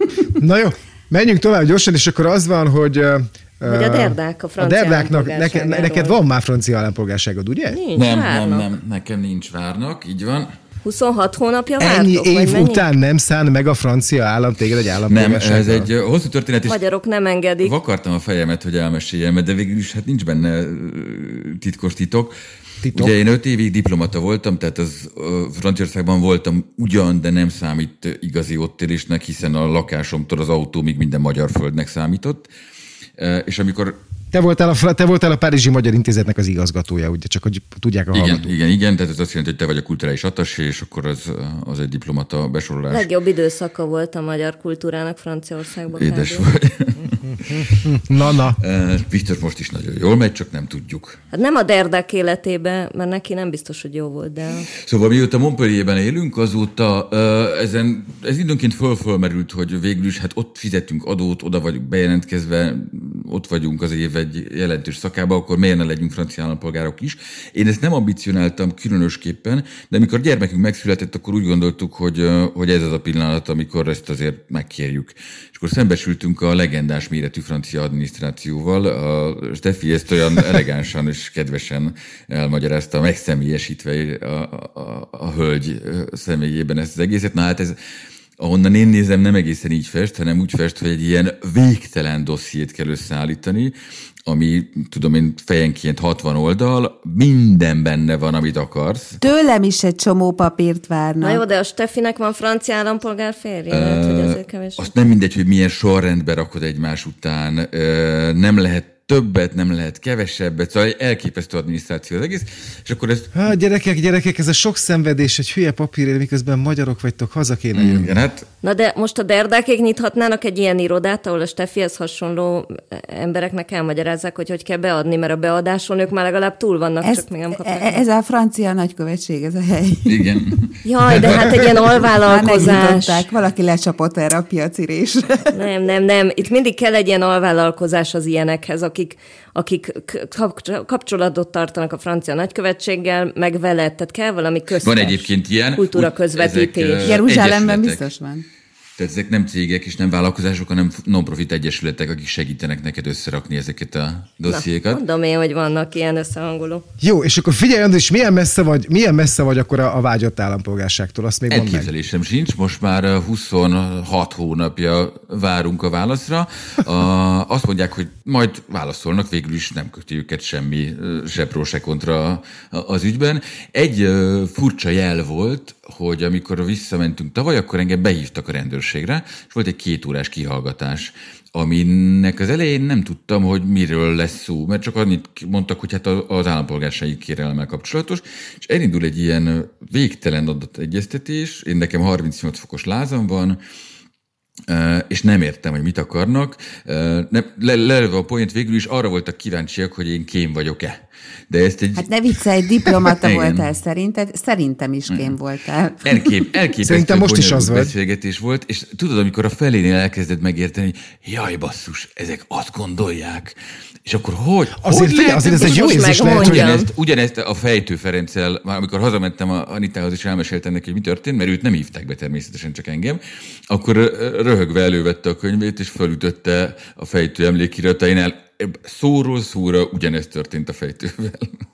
Na jó, menjünk tovább gyorsan, és akkor az van, hogy... Hogy a derdák a francia a derdáknak, neke, neked van már francia állampolgárságod, ugye? Nincs, nem, várnak. nem, nem, nekem nincs, várnak, így van. huszonhat hónapja Ennyi vártok, év vagy után nem szán meg a francia állam téged egy állampolgársággal? Nem, ez egy hosszú történet, és magyarok nem engedik. vakartam a fejemet, hogy elmeséljem, de végül is hát nincs benne titkos titok. Titok? Ugye én öt évig diplomata voltam, tehát az Franciaországban voltam ugyan, de nem számít igazi ottélésnek, hiszen a lakásomtól az autómig minden magyar földnek számított. És amikor... Te voltál, a, te voltál a Párizsi Magyar Intézetnek az igazgatója, ugye, csak hogy tudják a hallgatók. Igen, igen, igen, tehát ez azt jelenti, hogy te vagy a kulturális attaché, és akkor az, az egy diplomata besorolás. Legjobb időszaka volt a magyar kultúrának Franciaországban. Édes vagy. Na, na. Biztos most is nagyon jól megy, csak nem tudjuk. Hát nem a derdák életében, mert neki nem biztos, hogy jó volt, de... Szóval mióta Montpellierben élünk, azóta ezen, ez időnként föl-fölmerült, hogy végül is hát ott fizetünk adót, oda vagyunk bejelentkezve, ott vagyunk az év egy jelentős szakába, akkor miért ne legyünk francia állampolgárok is. Én ezt nem ambicionáltam különösképpen, de amikor gyermekünk megszületett, akkor úgy gondoltuk, hogy, hogy ez az a pillanat, amikor ezt azért megkérjük. És akkor szembesültünk a legendás méretű francia adminisztrációval. A Steffi ezt olyan elegánsan és kedvesen elmagyarázta, megszemélyesítve a, a, a, a hölgy személyében ezt az egészet. Na hát ez, ahonnan én nézem, nem egészen így fest, hanem úgy fest, hogy egy ilyen végtelen dossziét kell összeállítani, ami, tudom én, fejenként hatvan oldal, minden benne van, amit akarsz. Tőlem is egy csomó papírt várnak. Na jó, de a Steffinek van francia állampolgár férje, uh, lehet, hogy azért kevés. Azt nem mindegy, hogy milyen sorrendbe rakod egymás után, uh, nem lehet többet, nem lehet kevesebbet, szóval egy elképesztő adminisztráció az egész, és akkor ez... Hát gyerekek, gyerekek, ez a sok szenvedés, egy hülye papírért, miközben magyarok vagytok, haza kéne jönni. Igen, hát... Na de most a derdákék nyithatnának egy ilyen irodát, ahol a Steffihez hasonló embereknek elmagyarázzák, hogy hogy kell beadni, mert a beadáson ők már legalább túl vannak, ez, csak még nem kapják. Ez a francia nagykövetség, ez a hely. Igen. Jaj, de hát egy ilyen alvállalkozás. Valaki lecsapott erre a piacirésre. Nem, nem, nem. Itt mindig kell egy ilyen alvállalkozás az ilyenekhez, akik, akik kapcsolatot tartanak a francia nagykövetséggel, meg veled. Tehát kell valami köztes. Van egyébként ilyen. Kultúra közvetítés. Ezek, Jeruzsálemben biztos van. Tehát ezek nem cégek és nem vállalkozások, hanem non-profit egyesületek, akik segítenek neked összerakni ezeket a dossziékat. Na, mondom én, hogy vannak ilyen összehangoló. Jó, és akkor figyelj, Andris, milyen messze vagy, milyen messze vagy akkor a, a vágyott állampolgárságtól? Azt még mondd meg. Elképzelésem sincs, most már huszonhat hónapja várunk a válaszra. A, azt mondják, hogy majd válaszolnak, végül is nem köti őket semmi, se pro, se kontra az ügyben. Egy furcsa jel volt, hogy amikor visszamentünk tavaly, akkor engem behívtak a rendőrségre, és volt egy két órás kihallgatás, aminek az elején nem tudtam, hogy miről lesz szó, mert csak annyit mondtak, hogy hát az állampolgársági kérelemmel kapcsolatos, és elindul egy ilyen végtelen adategyeztetés, én nekem harmincnyolc fokos lázam van, és nem értem, hogy mit akarnak. Lelőve a point, végül is arra voltak kíváncsiak, hogy én kém vagyok-e. De ezt egy... Hát ne viccelj, diplomata voltál szerinted? Szerintem is kém voltál. Elkép, elképesztő Szerintem most is az vagy. beszélgetés volt, és tudod, amikor a felénél elkezded megérteni, hogy jaj, basszus, ezek azt gondolják, és akkor hogy? Azért, hogy figyelj, azért ez egy jó érzés lehet, hogy... Ugyanezt, ugyanezt a Fejtő Ferenccel, már amikor hazamentem a Anitához, és elmeséltem neki, hogy mi történt, mert őt nem hívták be természetesen, csak engem, akkor röhögve elővette a könyvét, és fölütötte a Fejtő emlékiratainál. Szóról szóra ugyanezt történt a Fejtővel.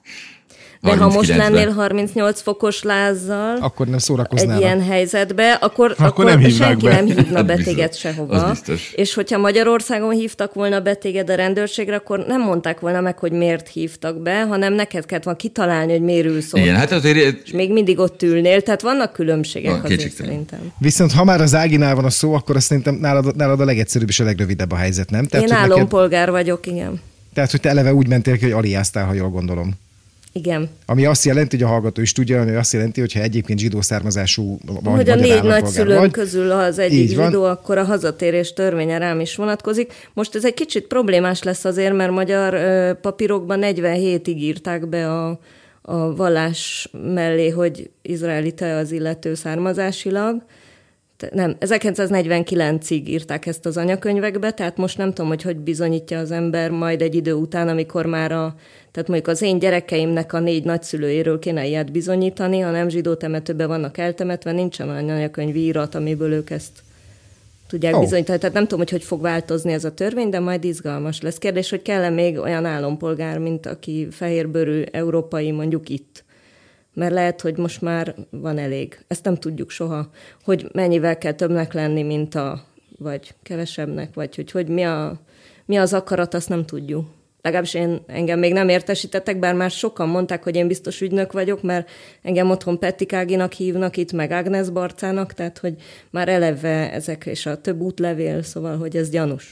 De ha most lennél harmincnyolc fokos lázzal, akkor nem szórakoznának. Egy ilyen helyzetbe, akkor, akkor, akkor nem senki be. nem hívna hát be biztos, téged sehova. És hogyha Magyarországon hívtak volna be téged a rendőrségre, akkor nem mondták volna meg, hogy miért hívtak be, hanem neked kellett volna kitalálni, hogy miért ülsz ott. Igen, hát azért... És még mindig ott ülnél, tehát vannak különbségek van, azért szerintem. Viszont ha már az Áginál van a szó, akkor azt szerintem nálad, nálad a legegyszerűbb és a legrövidebb a helyzet, nem? Tehát, Én álompolgár neked... vagyok, igen. Tehát, hogy te eleve úgy mentél ki, hogy aliáztál, ha jól gondolom. Igen. Ami azt jelenti, hogy a hallgató is tudja, ami azt jelenti, hogy ha egyébként zsidó származású vagy hogy a négy nagyszülőm vagy, közül, ha az egyik zsidó, akkor a hazatérés törvénye rám is vonatkozik. Most ez egy kicsit problémás lesz azért, mert magyar ö, papírokban negyvenhétig írták be a, a vallás mellé, hogy izraelita az illető származásilag. Nem, ezerkilencszáznegyvenkilencig írták ezt az anyakönyvekbe, tehát most nem tudom, hogy hogy bizonyítja az ember majd egy idő után, amikor már a, tehát mondjuk az én gyerekeimnek a négy nagyszülőjéről kéne ilyet bizonyítani, ha nem zsidó temetőben vannak eltemetve, nincsen olyan anyakönyvi írat, amiből ők ezt tudják oh. bizonyítani. Tehát nem tudom, hogy hogy fog változni ez a törvény, de majd izgalmas lesz. Kérdés, hogy kell-e még olyan állampolgár, mint aki fehérbőrű európai mondjuk itt. Mert lehet, hogy most már van elég. Ezt nem tudjuk soha, hogy mennyivel kell többnek lenni, mint a, vagy kevesebbnek, vagy hogy, hogy mi, a, mi az akarat, azt nem tudjuk. Legalábbis én, engem még nem értesítettek, bár már sokan mondták, hogy én biztos ügynök vagyok, mert engem otthon Pettik Áginak hívnak, itt meg Ágnes Barcának, tehát hogy már eleve ezek, és a több útlevél, szóval, hogy ez gyanús.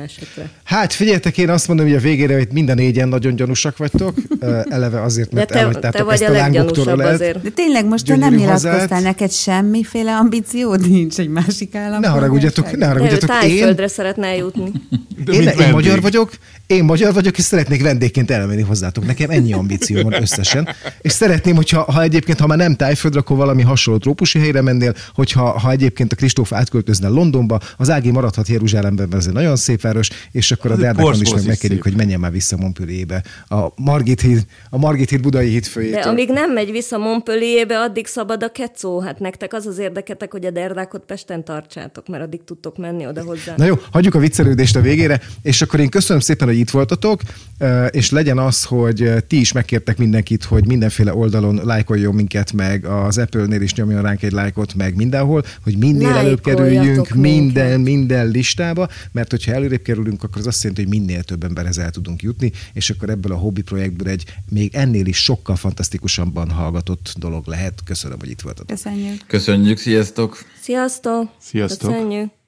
Hát figyeljetek, én azt mondom, hogy a végére, hogy minden négyen nagyon gyanúsak vagytok, eleve azért, mert te, elhagytátok te ezt a lángoktól azért. De tényleg most te nem nyilatkoztál, neked semmiféle ambíciód nincs egy másik állam. Ne haragudjatok, ne haragudjatok. De ő Tájföldre szeretne eljutni. Én, én magyar vagyok, én magyar vagyok, és szeretnék vendégként elmenni hozzátok. Nekem ennyi ambíció van összesen. És szeretném, hogyha ha egyébként, ha már nem Tájföldre, akkor valami hasonló trópusi helyre mennél, hogyha ha egyébként a Kristóf átköltözne Londonba, az Ági maradhat Jeruzsálemben, ez egy nagyon szép város, és akkor a Derdákon is meg megkérjük, hogy menjen már vissza Montpellierbe. A Margit híd, a Margit híd budai hídfőjétől. De amíg nem megy vissza Montpellierbe, addig szabad a kecó. Hát nektek az az érdeketek, hogy a Derdákot Pesten tartsátok, mert addig tudtok menni oda hozzá. Na jó, hagyjuk a viccelődést a végére, és akkor én köszönöm szépen, hogy itt voltatok, és legyen az, hogy ti is megkértek mindenkit, hogy mindenféle oldalon lájkoljon minket, meg az Apple-nél is nyomjon ránk egy lájkot, meg mindenhol, hogy minél előbb kerüljünk minden, minden listába, mert hogyha előrébb kerülünk, akkor az azt jelenti, hogy minél több emberhez el tudunk jutni, és akkor ebből a hobbi projektből egy még ennél is sokkal fantasztikusabban hallgatott dolog lehet. Köszönöm, hogy itt voltatok. Köszönjük. Köszönjük, sziasztok! Sziasztok! Sziasztok! Köszönjük!